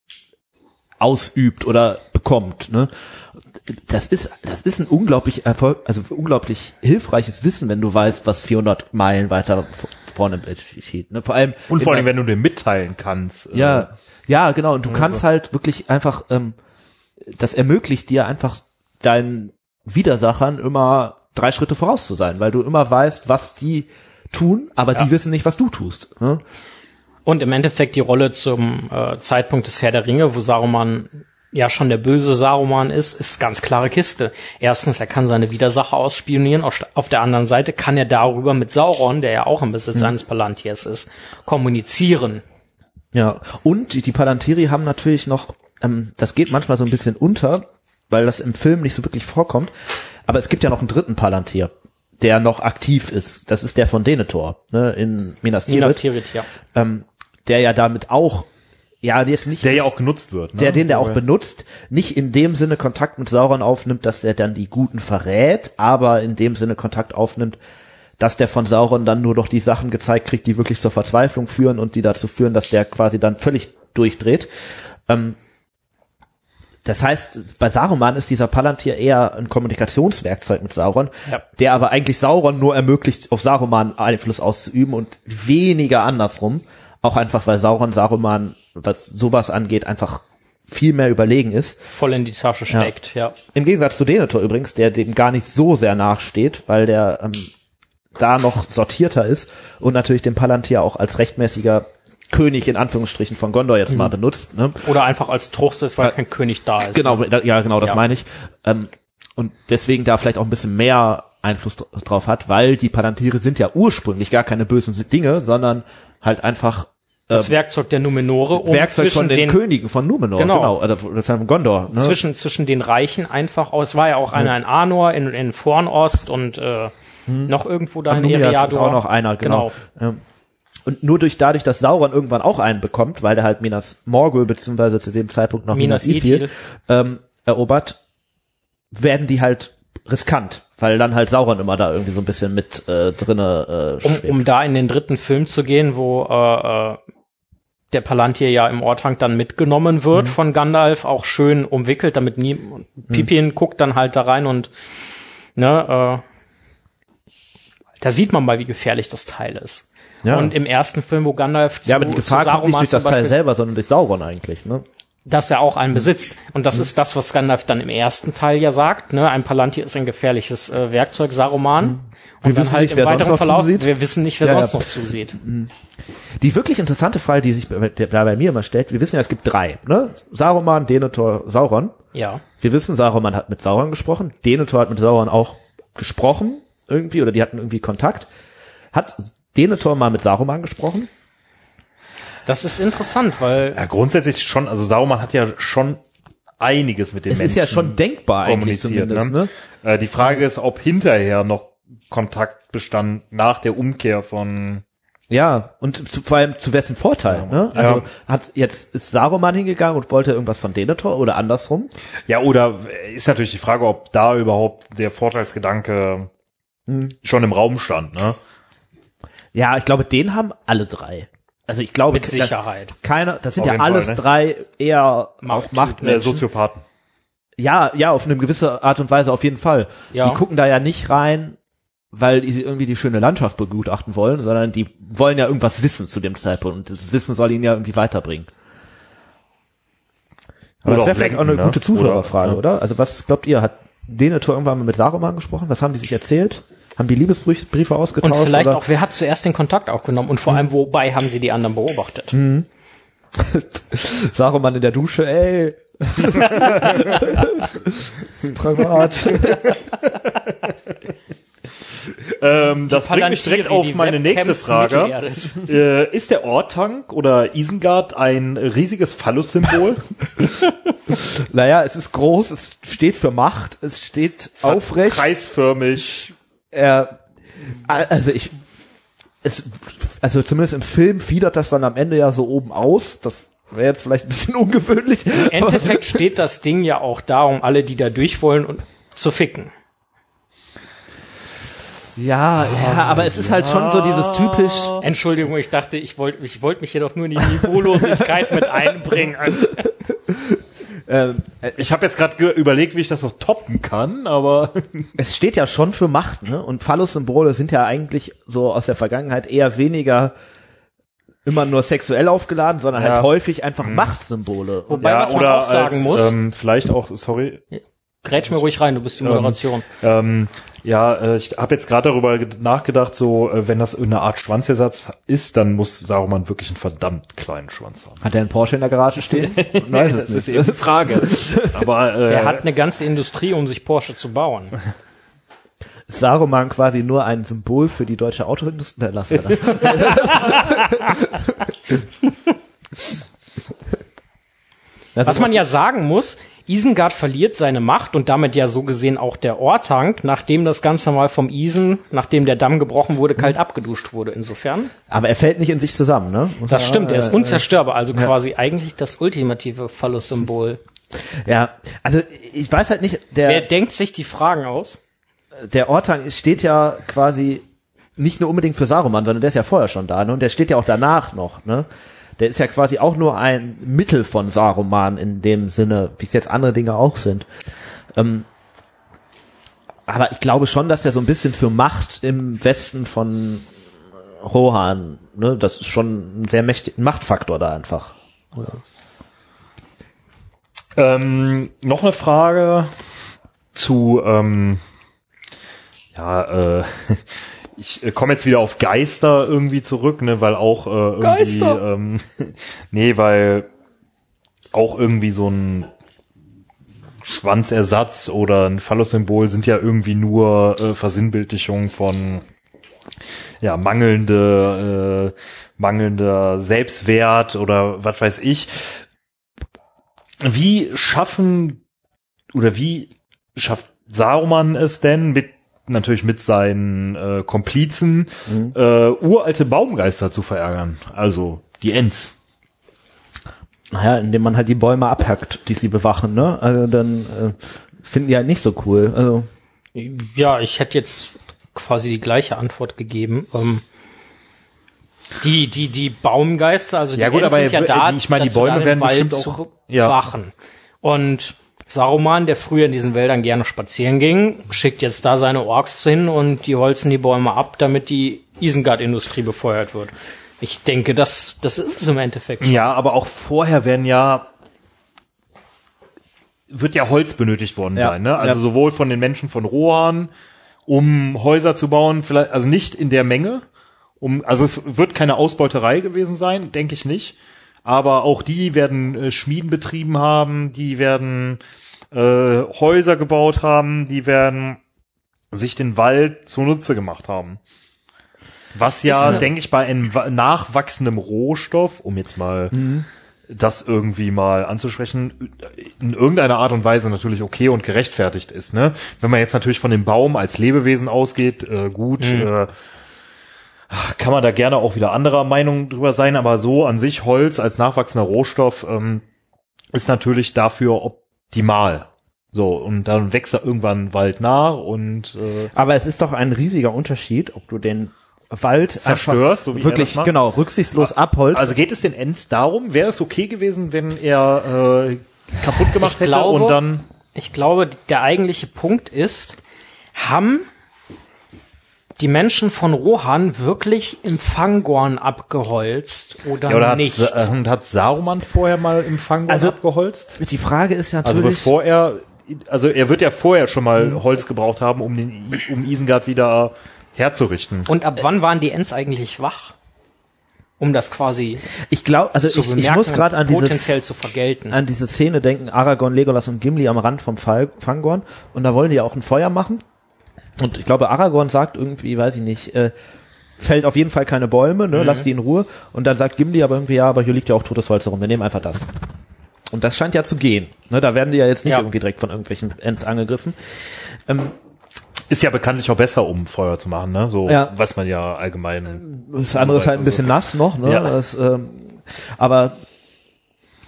[SPEAKER 1] ausübt oder bekommt, ne? Das ist, das ist ein unglaublich Erfolg, also unglaublich hilfreiches Wissen, wenn du weißt, was vierhundert Meilen weiter vorne steht, ne? Vor allem.
[SPEAKER 2] Und vor allem, wenn du dir mitteilen kannst.
[SPEAKER 1] Ja,
[SPEAKER 2] äh,
[SPEAKER 1] ja, genau. Und du
[SPEAKER 2] also.
[SPEAKER 1] kannst halt wirklich einfach, ähm, das ermöglicht dir einfach deinen Widersachern immer drei Schritte voraus zu sein, weil du immer weißt, was die tun, aber
[SPEAKER 3] Ja.
[SPEAKER 1] die wissen nicht, was du tust, ne?
[SPEAKER 3] Und im Endeffekt die Rolle zum äh, Zeitpunkt des Herr der Ringe, wo Saruman ja schon der böse Saruman ist, ist ganz klare Kiste. Erstens, er kann seine Widersacher ausspionieren. Auf, auf der anderen Seite kann er darüber mit Sauron, der ja auch im Besitz
[SPEAKER 1] Mhm.
[SPEAKER 3] eines Palantirs ist, kommunizieren.
[SPEAKER 1] Ja, und die, die Palantiri haben natürlich noch, ähm, das geht manchmal so ein bisschen unter, weil das im Film nicht so wirklich vorkommt, aber es gibt ja noch einen dritten Palantir, der noch aktiv ist. Das ist der von Denethor, ne, in Minas Tirith,
[SPEAKER 3] Minas Tirith, ja.
[SPEAKER 1] ähm, der ja damit auch, ja, jetzt nicht,
[SPEAKER 2] der ja auch genutzt wird. Ne?
[SPEAKER 1] der den der auch
[SPEAKER 2] Aber-
[SPEAKER 1] benutzt, nicht in dem Sinne Kontakt mit Sauron aufnimmt, dass er dann die Guten verrät, aber in dem Sinne Kontakt aufnimmt, dass der von Sauron dann nur doch die Sachen gezeigt kriegt, die wirklich zur Verzweiflung führen und die dazu führen, dass der quasi dann völlig durchdreht. Ähm, das heißt, bei Saruman ist dieser Palantir eher ein Kommunikationswerkzeug mit Sauron,
[SPEAKER 3] Ja.
[SPEAKER 1] der aber eigentlich Sauron nur ermöglicht, auf Saruman Einfluss auszuüben und weniger andersrum. Auch einfach, weil Sauron Saruman, was sowas angeht, einfach viel mehr überlegen ist.
[SPEAKER 3] Voll in die Tasche steckt, ja.
[SPEAKER 1] Im Gegensatz zu Denethor übrigens, der dem gar nicht so sehr nachsteht, weil der ähm, da noch sortierter ist und natürlich den Palantir auch als rechtmäßiger König in Anführungsstrichen von Gondor jetzt mal benutzt. Ne?
[SPEAKER 3] Oder einfach als Truchs ist, weil
[SPEAKER 1] Ja.
[SPEAKER 3] kein König da ist.
[SPEAKER 1] Genau, da, ja genau, das
[SPEAKER 3] Ja.
[SPEAKER 1] meine ich. Ähm, und deswegen da vielleicht auch ein bisschen mehr Einfluss dr- drauf hat, weil die Palantire sind ja ursprünglich gar keine bösen Dinge, sondern halt einfach
[SPEAKER 3] Das Werkzeug der Numenore, um
[SPEAKER 1] Werkzeug
[SPEAKER 3] zwischen
[SPEAKER 1] von den,
[SPEAKER 3] den
[SPEAKER 1] Königen von Numenor,
[SPEAKER 3] Genau.
[SPEAKER 1] genau, oder oder von Gondor. Ne?
[SPEAKER 3] zwischen zwischen den Reichen einfach aus. Es war ja auch einer in Arnor, in, in Fornost und äh, noch irgendwo da in
[SPEAKER 1] Numias
[SPEAKER 3] Eriador.
[SPEAKER 1] ist auch noch einer, genau. Ähm, Und nur durch dadurch, dass Sauron irgendwann auch einen bekommt, weil der halt Minas Morgul beziehungsweise zu dem Zeitpunkt noch
[SPEAKER 3] Minas
[SPEAKER 1] Minas Ithil
[SPEAKER 3] Ithil.
[SPEAKER 1] ähm, erobert, werden die halt riskant, weil dann halt Sauron immer da irgendwie so ein bisschen mit äh, drinne äh,
[SPEAKER 3] Um,
[SPEAKER 1] schwebt.
[SPEAKER 3] um da in den dritten Film zu gehen, wo äh, äh, der Palantir ja im Ortank dann mitgenommen wird von Gandalf, auch schön umwickelt, damit nie Pippin guckt dann halt da rein und ne, äh, da sieht man mal, wie gefährlich das Teil ist.
[SPEAKER 1] Ja.
[SPEAKER 3] Und im ersten Film, wo Gandalf zu,
[SPEAKER 1] Ja, aber die Gefahr
[SPEAKER 3] zu
[SPEAKER 1] kommt nicht
[SPEAKER 3] Saruman
[SPEAKER 1] durch das
[SPEAKER 3] zum
[SPEAKER 1] Teil
[SPEAKER 3] Beispiel,
[SPEAKER 1] selber, sondern durch Sauron eigentlich, ne?
[SPEAKER 3] dass er auch einen besitzt. Und das ist das, was Gandalf dann im ersten Teil ja sagt. Ne? Ein Palantir ist ein gefährliches äh, Werkzeug, Saruman. Und dann
[SPEAKER 1] wissen
[SPEAKER 3] halt
[SPEAKER 1] nicht,
[SPEAKER 3] im
[SPEAKER 1] wer sonst
[SPEAKER 3] weiteren
[SPEAKER 1] noch
[SPEAKER 3] Verlauf,
[SPEAKER 1] zusieht.
[SPEAKER 3] wir wissen nicht, wer
[SPEAKER 1] Ja,
[SPEAKER 3] sonst
[SPEAKER 1] ja.
[SPEAKER 3] noch zusieht.
[SPEAKER 1] Die wirklich interessante Frage, die sich bei, der, da bei mir immer stellt, wir wissen ja, es gibt drei, ne? Saruman, Denethor, Sauron.
[SPEAKER 3] Ja.
[SPEAKER 1] Wir wissen, Saruman hat mit Sauron gesprochen, Denethor hat mit Sauron auch gesprochen, irgendwie, oder die hatten irgendwie Kontakt. Hat Denethor mal mit Saruman gesprochen?
[SPEAKER 3] Das ist interessant, weil
[SPEAKER 2] Ja, grundsätzlich schon, also Saruman hat ja schon einiges mit den
[SPEAKER 1] Es
[SPEAKER 2] Menschen
[SPEAKER 1] ist ja schon denkbar eigentlich
[SPEAKER 2] kommuniziert.
[SPEAKER 1] zumindest,
[SPEAKER 2] Ne? Äh, die Frage ist, ob hinterher noch Kontakt bestand nach der Umkehr von
[SPEAKER 1] Ja, und zu, vor allem zu wessen Vorteil, ne? Also
[SPEAKER 2] Ja.
[SPEAKER 1] hat jetzt ist Saruman hingegangen und wollte irgendwas von Denethor oder andersrum?
[SPEAKER 2] Ja, oder ist natürlich die Frage, ob da überhaupt der Vorteilsgedanke schon im Raum stand, ne?
[SPEAKER 1] Ja, ich glaube, den haben alle drei. Also ich glaube,
[SPEAKER 3] mit
[SPEAKER 1] dass
[SPEAKER 3] Sicherheit.
[SPEAKER 1] keiner, das sind
[SPEAKER 2] Auf
[SPEAKER 1] ja
[SPEAKER 2] jeden
[SPEAKER 1] alles
[SPEAKER 2] Fall, ne?
[SPEAKER 1] drei eher auch
[SPEAKER 3] Machttypen.
[SPEAKER 2] Äh,
[SPEAKER 1] Machtmenschen.
[SPEAKER 2] Soziopathen.
[SPEAKER 1] Ja, ja, auf eine gewisse Art und Weise auf jeden Fall.
[SPEAKER 3] Ja.
[SPEAKER 1] Die gucken da ja nicht rein, weil die irgendwie die schöne Landschaft begutachten wollen, sondern die wollen ja irgendwas wissen zu dem Zeitpunkt und das Wissen soll ihnen ja irgendwie weiterbringen. Aber
[SPEAKER 2] Oder
[SPEAKER 1] das
[SPEAKER 2] auch
[SPEAKER 1] wäre vielleicht auch eine
[SPEAKER 2] lenken, ne?
[SPEAKER 1] gute Zuhörerfrage,
[SPEAKER 2] Oder-
[SPEAKER 1] oder? Also was glaubt ihr, hat Denethor irgendwann mal mit Saruman gesprochen? Was haben die sich erzählt? Haben die Liebesbriefe ausgetauscht?
[SPEAKER 3] Und vielleicht
[SPEAKER 1] oder?
[SPEAKER 3] auch, wer hat zuerst den Kontakt aufgenommen und vor allem, wobei haben sie die anderen beobachtet?
[SPEAKER 1] Saruman in der Dusche, ey. ist privat.
[SPEAKER 2] Ähm, das bringt mich direkt
[SPEAKER 3] Palantir,
[SPEAKER 2] auf
[SPEAKER 3] die
[SPEAKER 2] meine nächste
[SPEAKER 3] Webcams
[SPEAKER 2] Frage.
[SPEAKER 3] Mittelerdes.
[SPEAKER 2] Äh, ist der Ortank oder Isengard ein riesiges Phallus-Symbol?
[SPEAKER 1] Naja, es ist groß, es steht für Macht, es steht aufrecht.
[SPEAKER 2] Kreisförmig.
[SPEAKER 1] Er, also ich, es, also zumindest im Film fiedert das dann am Ende ja so oben aus. Das wäre jetzt vielleicht ein bisschen ungewöhnlich.
[SPEAKER 3] Im Endeffekt steht das Ding ja auch da, um alle, die da durch wollen, und zu ficken.
[SPEAKER 1] Ja, ja, aber es ist halt schon so dieses typisch.
[SPEAKER 3] Entschuldigung, ich dachte, ich wollte ich wollte mich hier doch nur in die Niveaulosigkeit mit einbringen.
[SPEAKER 1] Ähm,
[SPEAKER 2] Ich habe jetzt gerade überlegt, wie ich das noch toppen kann, aber
[SPEAKER 1] es steht ja schon für Macht, ne? Und Phallus-Symbole sind ja eigentlich so aus der Vergangenheit eher weniger immer nur sexuell aufgeladen, sondern
[SPEAKER 2] Ja.
[SPEAKER 1] halt häufig einfach Machtsymbole. Und
[SPEAKER 3] Wobei, was man auch sagen
[SPEAKER 2] als,
[SPEAKER 3] muss,
[SPEAKER 2] ähm, vielleicht auch, sorry,
[SPEAKER 3] grätsch mir ruhig rein, du bist die Moderation.
[SPEAKER 2] ähm, ja, äh, ich habe jetzt gerade darüber ge- nachgedacht, so äh, wenn das eine Art Schwanzersatz ist, dann muss Saruman wirklich einen verdammt kleinen Schwanz haben.
[SPEAKER 1] hat er einen Porsche in der Garage stehen? Ich weiß es nicht.
[SPEAKER 2] eben die Frage. Aber äh,
[SPEAKER 3] Der hat eine ganze Industrie, um sich Porsche zu bauen.
[SPEAKER 1] Ist Saruman quasi nur ein Symbol für die deutsche Autoindustrie? Dann lassen wir das.
[SPEAKER 3] Was man ja sagen muss, Isengard verliert seine Macht und damit ja so gesehen auch der Ortank, nachdem das Ganze mal vom Isen, nachdem der Damm gebrochen wurde, kalt abgeduscht wurde. Insofern.
[SPEAKER 1] Aber er fällt nicht in sich zusammen, ne?
[SPEAKER 3] Das stimmt, er ist
[SPEAKER 1] äh,
[SPEAKER 3] unzerstörbar, also quasi eigentlich das ultimative Phallus-Symbol.
[SPEAKER 1] Ja, also ich weiß halt nicht,
[SPEAKER 3] Wer
[SPEAKER 1] der,
[SPEAKER 3] denkt sich die Fragen aus?
[SPEAKER 1] der Ortank steht ja quasi nicht nur unbedingt für Saruman, sondern der ist ja vorher schon da, ne? Und der steht ja auch danach noch, ne? Der ist ja quasi auch nur ein Mittel von Saruman in dem Sinne, wie es jetzt andere Dinge auch sind. Ähm, aber ich glaube schon, dass der so ein bisschen für Macht im Westen von Rohan, ne, das ist schon ein sehr mächtiger Machtfaktor da einfach.
[SPEAKER 2] Ähm, noch eine Frage zu, ähm, ja, äh, ich äh, komme jetzt wieder auf Geister irgendwie zurück, ne, weil auch äh, irgendwie,
[SPEAKER 3] Geister!
[SPEAKER 2] ähm, nee, weil auch irgendwie so ein Schwanzersatz oder ein Phallus-Symbol sind ja irgendwie nur äh, Versinnbildlichungen von ja mangelnde, äh, mangelnder Selbstwert oder was weiß ich. Wie schaffen oder wie schafft Saruman es denn mit natürlich mit seinen äh, Komplizen
[SPEAKER 1] Mhm.
[SPEAKER 2] äh, uralte Baumgeister zu verärgern, also die Ents?
[SPEAKER 1] Naja, indem man halt die Bäume abhackt, die sie bewachen, ne? Also dann äh, finden die halt nicht so cool. Also
[SPEAKER 3] Ja, ich hätte jetzt quasi die gleiche Antwort gegeben. Ähm, die, die, die Baumgeister, also die
[SPEAKER 2] Ja, gut,
[SPEAKER 3] Ents
[SPEAKER 2] aber
[SPEAKER 3] sind ja
[SPEAKER 2] er-
[SPEAKER 3] da,
[SPEAKER 2] die- ich meine, die
[SPEAKER 3] dazu
[SPEAKER 2] Bäume
[SPEAKER 3] da, den
[SPEAKER 2] werden
[SPEAKER 3] Wald
[SPEAKER 2] bestimmt auch-
[SPEAKER 3] zu
[SPEAKER 2] ja.
[SPEAKER 3] wachen. Und Saruman, der früher in diesen Wäldern gerne spazieren ging, schickt jetzt da seine Orks hin und die holzen die Bäume ab, damit die Isengard-Industrie befeuert wird. Ich denke, das, das ist es im Endeffekt.
[SPEAKER 2] Ja, aber auch vorher werden ja wird ja Holz benötigt worden
[SPEAKER 1] Ja.
[SPEAKER 2] sein, ne? Also
[SPEAKER 1] Ja.
[SPEAKER 2] sowohl von den Menschen von Rohan, um Häuser zu bauen, vielleicht also nicht in der Menge, um also es wird keine Ausbeuterei gewesen sein, denke ich nicht. Aber auch die werden äh, Schmieden betrieben haben, die werden äh, Häuser gebaut haben, die werden sich den Wald zunutze gemacht haben. Was ja,
[SPEAKER 3] eine-
[SPEAKER 2] denke ich, bei einem wa- nachwachsendem Rohstoff, um jetzt mal das irgendwie mal anzusprechen, in irgendeiner Art und Weise natürlich okay und gerechtfertigt ist. Ne? Wenn man jetzt natürlich von dem Baum als Lebewesen ausgeht, äh, gut, äh, kann man da gerne auch wieder anderer Meinung drüber sein, aber so an sich Holz als nachwachsender Rohstoff ähm, ist natürlich dafür optimal. So, und dann wächst da irgendwann Wald nach und äh,
[SPEAKER 1] aber es ist doch ein riesiger Unterschied, ob du den Wald
[SPEAKER 2] Zerstörst, so wie er
[SPEAKER 1] wirklich
[SPEAKER 2] das macht?
[SPEAKER 1] genau rücksichtslos abholzt.
[SPEAKER 2] also geht es den Ents darum, wäre es okay gewesen, wenn er äh, kaputt gemacht
[SPEAKER 3] Ich
[SPEAKER 2] hätte
[SPEAKER 3] glaube-
[SPEAKER 2] und dann
[SPEAKER 3] Ich glaube, der eigentliche Punkt ist, haben die Menschen von Rohan wirklich im Fangorn abgeholzt oder,
[SPEAKER 2] ja, oder hat,
[SPEAKER 3] nicht?
[SPEAKER 2] Sa- äh, hat Saruman vorher mal im Fangorn
[SPEAKER 1] Also-
[SPEAKER 2] abgeholzt?
[SPEAKER 1] die Frage ist ja
[SPEAKER 2] Also
[SPEAKER 1] natürlich,
[SPEAKER 2] bevor er, also er wird ja vorher schon mal
[SPEAKER 1] Mhm.
[SPEAKER 2] Holz gebraucht haben, um den, I- um Isengard wieder herzurichten.
[SPEAKER 3] Und ab wann waren die Ents eigentlich wach? Um das quasi
[SPEAKER 1] ich glaube, also
[SPEAKER 3] zu
[SPEAKER 1] ich, ich
[SPEAKER 3] bemerken
[SPEAKER 1] muss gerade an
[SPEAKER 3] und
[SPEAKER 1] dieses
[SPEAKER 3] potenziell zu vergelten.
[SPEAKER 1] an diese Szene denken, Aragorn, Legolas und Gimli am Rand vom Fall, Fangorn, und da wollen die ja auch ein Feuer machen. Und ich glaube, Aragorn sagt irgendwie, weiß ich nicht, äh, fällt auf jeden Fall keine Bäume, ne, lass die in Ruhe. Und dann sagt Gimli aber irgendwie, ja, aber hier liegt ja auch totes Holz herum, wir nehmen einfach das. Und das scheint ja zu gehen. Ne, da werden die ja jetzt nicht
[SPEAKER 3] Ja.
[SPEAKER 1] irgendwie direkt von irgendwelchen Ents angegriffen. Ähm,
[SPEAKER 2] Ist ja bekanntlich auch besser, um Feuer zu machen, ne? So,
[SPEAKER 1] Ja.
[SPEAKER 2] was man ja allgemein.
[SPEAKER 1] das andere ist halt ein
[SPEAKER 2] Also-
[SPEAKER 1] bisschen nass noch, ne?
[SPEAKER 2] Ja.
[SPEAKER 1] Das, ähm, aber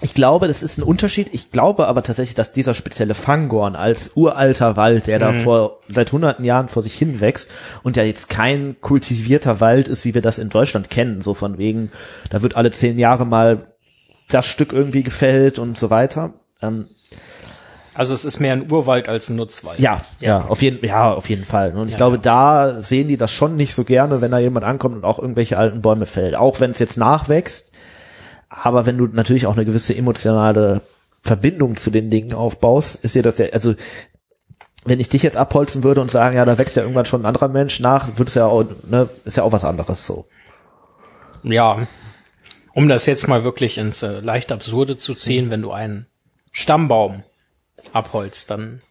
[SPEAKER 1] Ich glaube, das ist ein Unterschied. Ich glaube aber tatsächlich, dass dieser spezielle Fangorn als uralter Wald, der da
[SPEAKER 3] Mhm.
[SPEAKER 1] vor seit hunderten Jahren vor sich hin wächst und ja jetzt kein kultivierter Wald ist, wie wir das in Deutschland kennen, so von wegen, da wird alle zehn Jahre mal das Stück irgendwie gefällt und so weiter. Ähm,
[SPEAKER 3] Also es ist mehr ein Urwald als ein Nutzwald.
[SPEAKER 1] ja, ja, auf jeden, ja, auf jeden Fall. Und ich
[SPEAKER 3] Ja,
[SPEAKER 1] glaube,
[SPEAKER 3] ja.
[SPEAKER 1] da sehen die das schon nicht so gerne, wenn da jemand ankommt und auch irgendwelche alten Bäume fällt. Auch wenn es jetzt nachwächst. Aber wenn du natürlich auch eine gewisse emotionale Verbindung zu den Dingen aufbaust, ist dir das ja, also wenn ich dich jetzt abholzen würde und sagen, ja, da wächst ja irgendwann schon ein anderer Mensch nach, würde es ja auch, ne, ist ja auch was anderes so.
[SPEAKER 3] Ja, um das jetzt mal wirklich ins äh, leicht Absurde zu ziehen, wenn du einen Stammbaum abholzt, dann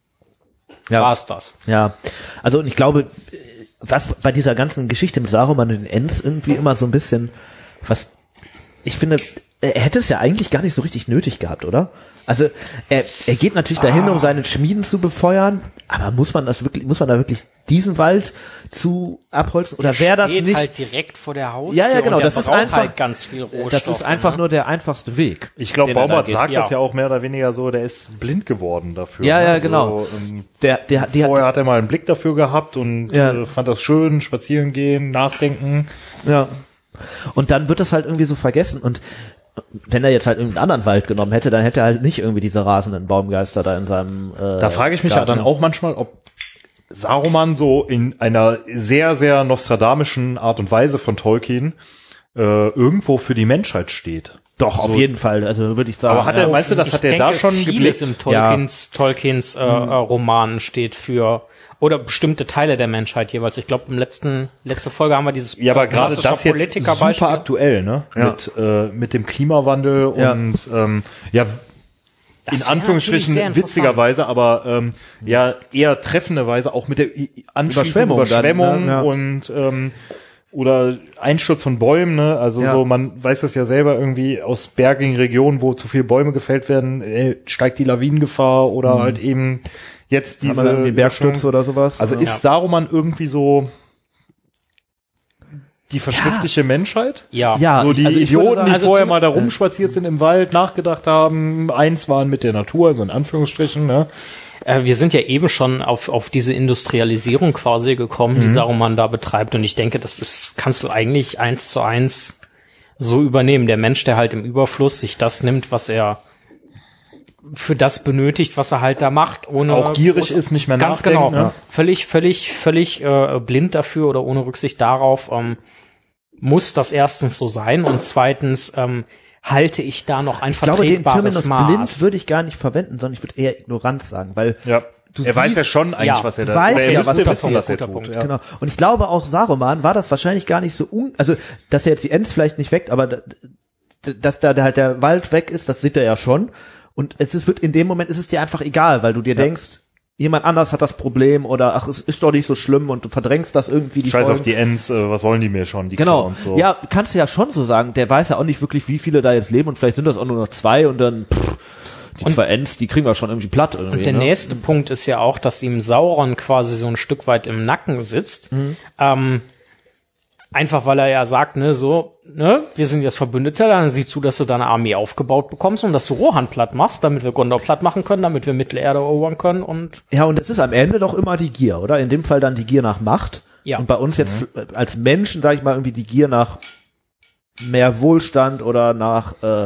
[SPEAKER 1] Ja.
[SPEAKER 3] war's das.
[SPEAKER 1] Ja, also und ich glaube, was bei dieser ganzen Geschichte mit Saruman und den Ents irgendwie immer so ein bisschen, was ich finde, er hätte es ja eigentlich gar nicht so richtig nötig gehabt, oder? Also er, er geht natürlich dahin, um seine Schmieden zu befeuern, aber muss man das wirklich, muss man da wirklich diesen Wald zu abholzen oder wäre das
[SPEAKER 3] Steht
[SPEAKER 1] nicht?
[SPEAKER 3] halt direkt vor der Haustür.
[SPEAKER 1] Ja, ja, genau,
[SPEAKER 3] und der
[SPEAKER 1] das ist
[SPEAKER 3] braucht
[SPEAKER 1] einfach-
[SPEAKER 3] halt ganz viel Rohstoffe.
[SPEAKER 1] Das ist einfach
[SPEAKER 3] ne?
[SPEAKER 1] nur der einfachste Weg.
[SPEAKER 2] Ich glaube,
[SPEAKER 1] den er da
[SPEAKER 2] Baumert
[SPEAKER 1] geht.
[SPEAKER 2] sagt das
[SPEAKER 3] Ja.
[SPEAKER 2] ja auch mehr oder weniger so, der ist blind geworden dafür.
[SPEAKER 1] Ja,
[SPEAKER 2] ne?
[SPEAKER 1] ja, genau.
[SPEAKER 2] So, ähm,
[SPEAKER 1] Der, der, der
[SPEAKER 2] vorher hat er mal einen Blick dafür gehabt und
[SPEAKER 1] Ja.
[SPEAKER 2] äh, fand das schön, spazieren gehen, nachdenken.
[SPEAKER 1] Ja. Und dann wird das halt irgendwie so vergessen und wenn er jetzt halt irgendeinen anderen Wald genommen hätte, dann hätte er halt nicht irgendwie diese rasenden Baumgeister da in seinem äh,
[SPEAKER 2] Da frage ich mich ja
[SPEAKER 1] Garten.
[SPEAKER 2] dann auch manchmal, ob Saruman so in einer sehr, sehr nostradamischen Art und Weise von Tolkien äh, irgendwo für die Menschheit steht.
[SPEAKER 1] Doch, auf
[SPEAKER 2] so-
[SPEAKER 1] jeden Fall, also würde ich sagen.
[SPEAKER 2] Aber hat er-
[SPEAKER 1] ja.
[SPEAKER 2] meinst du, das
[SPEAKER 3] Ich
[SPEAKER 2] hat er
[SPEAKER 3] denke,
[SPEAKER 2] da schon
[SPEAKER 3] vieles
[SPEAKER 2] geblickt?
[SPEAKER 3] im Tolkiens, Tolkiens äh, äh, Romanen steht für oder bestimmte Teile der Menschheit jeweils. Ich glaube, im letzten letzte Folge haben wir dieses
[SPEAKER 2] Ja, aber gerade
[SPEAKER 3] klassische
[SPEAKER 2] das jetzt
[SPEAKER 3] Politikerbeispiel.
[SPEAKER 2] super aktuell, ne?
[SPEAKER 1] Ja.
[SPEAKER 2] Mit äh, mit dem Klimawandel
[SPEAKER 1] Ja.
[SPEAKER 2] und ähm, ja
[SPEAKER 3] Das
[SPEAKER 2] in
[SPEAKER 3] wär
[SPEAKER 2] Anführungsstrichen
[SPEAKER 3] natürlich sehr
[SPEAKER 2] witzigerweise, aber ähm, ja eher treffenderweise auch mit der i- anschließenden
[SPEAKER 1] Überschwemmung
[SPEAKER 2] Überschwemmung,
[SPEAKER 1] dann, ne? Ja.
[SPEAKER 2] und ähm, oder Einsturz von Bäumen, ne? Also
[SPEAKER 1] Ja.
[SPEAKER 2] so, man weiß das ja selber irgendwie aus bergigen Regionen, wo zu viele Bäume gefällt werden, äh, steigt die Lawinengefahr oder halt eben jetzt
[SPEAKER 1] Haben
[SPEAKER 2] diese
[SPEAKER 1] wir dann irgendwie Bergstürze oder sowas?
[SPEAKER 2] Also
[SPEAKER 1] Ja.
[SPEAKER 2] ist Saruman irgendwie so die verschriftliche Menschheit?
[SPEAKER 3] Ja.
[SPEAKER 1] Ja,
[SPEAKER 2] So die
[SPEAKER 1] also ich würde
[SPEAKER 2] Idioten,
[SPEAKER 1] sagen,
[SPEAKER 2] die
[SPEAKER 3] also
[SPEAKER 2] vorher
[SPEAKER 3] zum-
[SPEAKER 2] mal da rumspaziert sind im Wald, nachgedacht haben, eins waren mit der Natur, so in Anführungsstrichen, ne?
[SPEAKER 3] Äh, wir sind ja eben schon auf, auf diese Industrialisierung quasi gekommen, die Saruman da betreibt. Und ich denke, das ist, kannst du eigentlich eins zu eins so übernehmen. Der Mensch, der halt im Überfluss sich das nimmt, was er für das benötigt, was er halt da macht, ohne
[SPEAKER 2] Auch gierig
[SPEAKER 3] groß-
[SPEAKER 2] ist, nicht mehr
[SPEAKER 3] ganz
[SPEAKER 2] nachdenkt,
[SPEAKER 3] genau,
[SPEAKER 2] ne?
[SPEAKER 3] völlig, völlig, völlig äh, blind dafür oder ohne Rücksicht darauf, ähm, muss das erstens so sein und zweitens ähm, halte ich da noch ein
[SPEAKER 1] ich glaube, den
[SPEAKER 3] vertretbares
[SPEAKER 1] Terminus
[SPEAKER 3] Maß.
[SPEAKER 1] blind würde ich gar nicht verwenden, sondern ich würde eher Ignoranz sagen, weil
[SPEAKER 2] Ja.
[SPEAKER 1] Du
[SPEAKER 2] er weiß
[SPEAKER 1] siehst-
[SPEAKER 2] ja schon eigentlich,
[SPEAKER 3] ja,
[SPEAKER 2] was er
[SPEAKER 1] du
[SPEAKER 2] da
[SPEAKER 1] weißt
[SPEAKER 2] oder er
[SPEAKER 1] ja,
[SPEAKER 2] müsste
[SPEAKER 1] was
[SPEAKER 2] wissen,
[SPEAKER 1] passiert.
[SPEAKER 2] was er
[SPEAKER 3] Guter
[SPEAKER 2] tut.
[SPEAKER 3] Punkt.
[SPEAKER 2] Ja.
[SPEAKER 1] Genau. Und ich glaube auch Saruman war das wahrscheinlich gar nicht so un, also, dass er jetzt die Ents vielleicht nicht weckt, aber d- d- dass da halt der Wald weg ist, das sieht er ja schon. Und es ist, wird, in dem Moment ist es dir einfach egal, weil du dir denkst, jemand anders hat das Problem oder ach, es ist doch nicht so schlimm und du verdrängst das irgendwie die
[SPEAKER 2] Scheiß
[SPEAKER 1] Folgen.
[SPEAKER 2] auf die Ents, äh, was wollen die mir schon, die
[SPEAKER 1] Genau.
[SPEAKER 2] Clowns, so.
[SPEAKER 1] Ja, kannst du ja schon so sagen. Der weiß ja auch nicht wirklich, wie viele da jetzt leben und vielleicht sind das auch nur noch zwei und dann pff, die zwei Ents, die kriegen wir schon irgendwie platt irgendwie.
[SPEAKER 3] Und der
[SPEAKER 1] ne?
[SPEAKER 3] nächste Punkt ist ja auch, dass ihm Sauron quasi so ein Stück weit im Nacken sitzt.
[SPEAKER 1] Mhm.
[SPEAKER 3] Ähm, einfach weil er ja sagt, ne, so, ne, wir sind jetzt Verbündete, dann sieh zu, dass du deine Armee aufgebaut bekommst und dass du Rohan platt machst, damit wir Gondor platt machen können, damit wir Mittelerde erobern können und
[SPEAKER 1] Ja, und es ist am Ende doch immer die Gier, oder? In dem Fall dann die Gier nach Macht.
[SPEAKER 3] Ja.
[SPEAKER 1] Und bei uns jetzt f- als Menschen, sage ich mal, irgendwie die Gier nach mehr Wohlstand oder nach äh,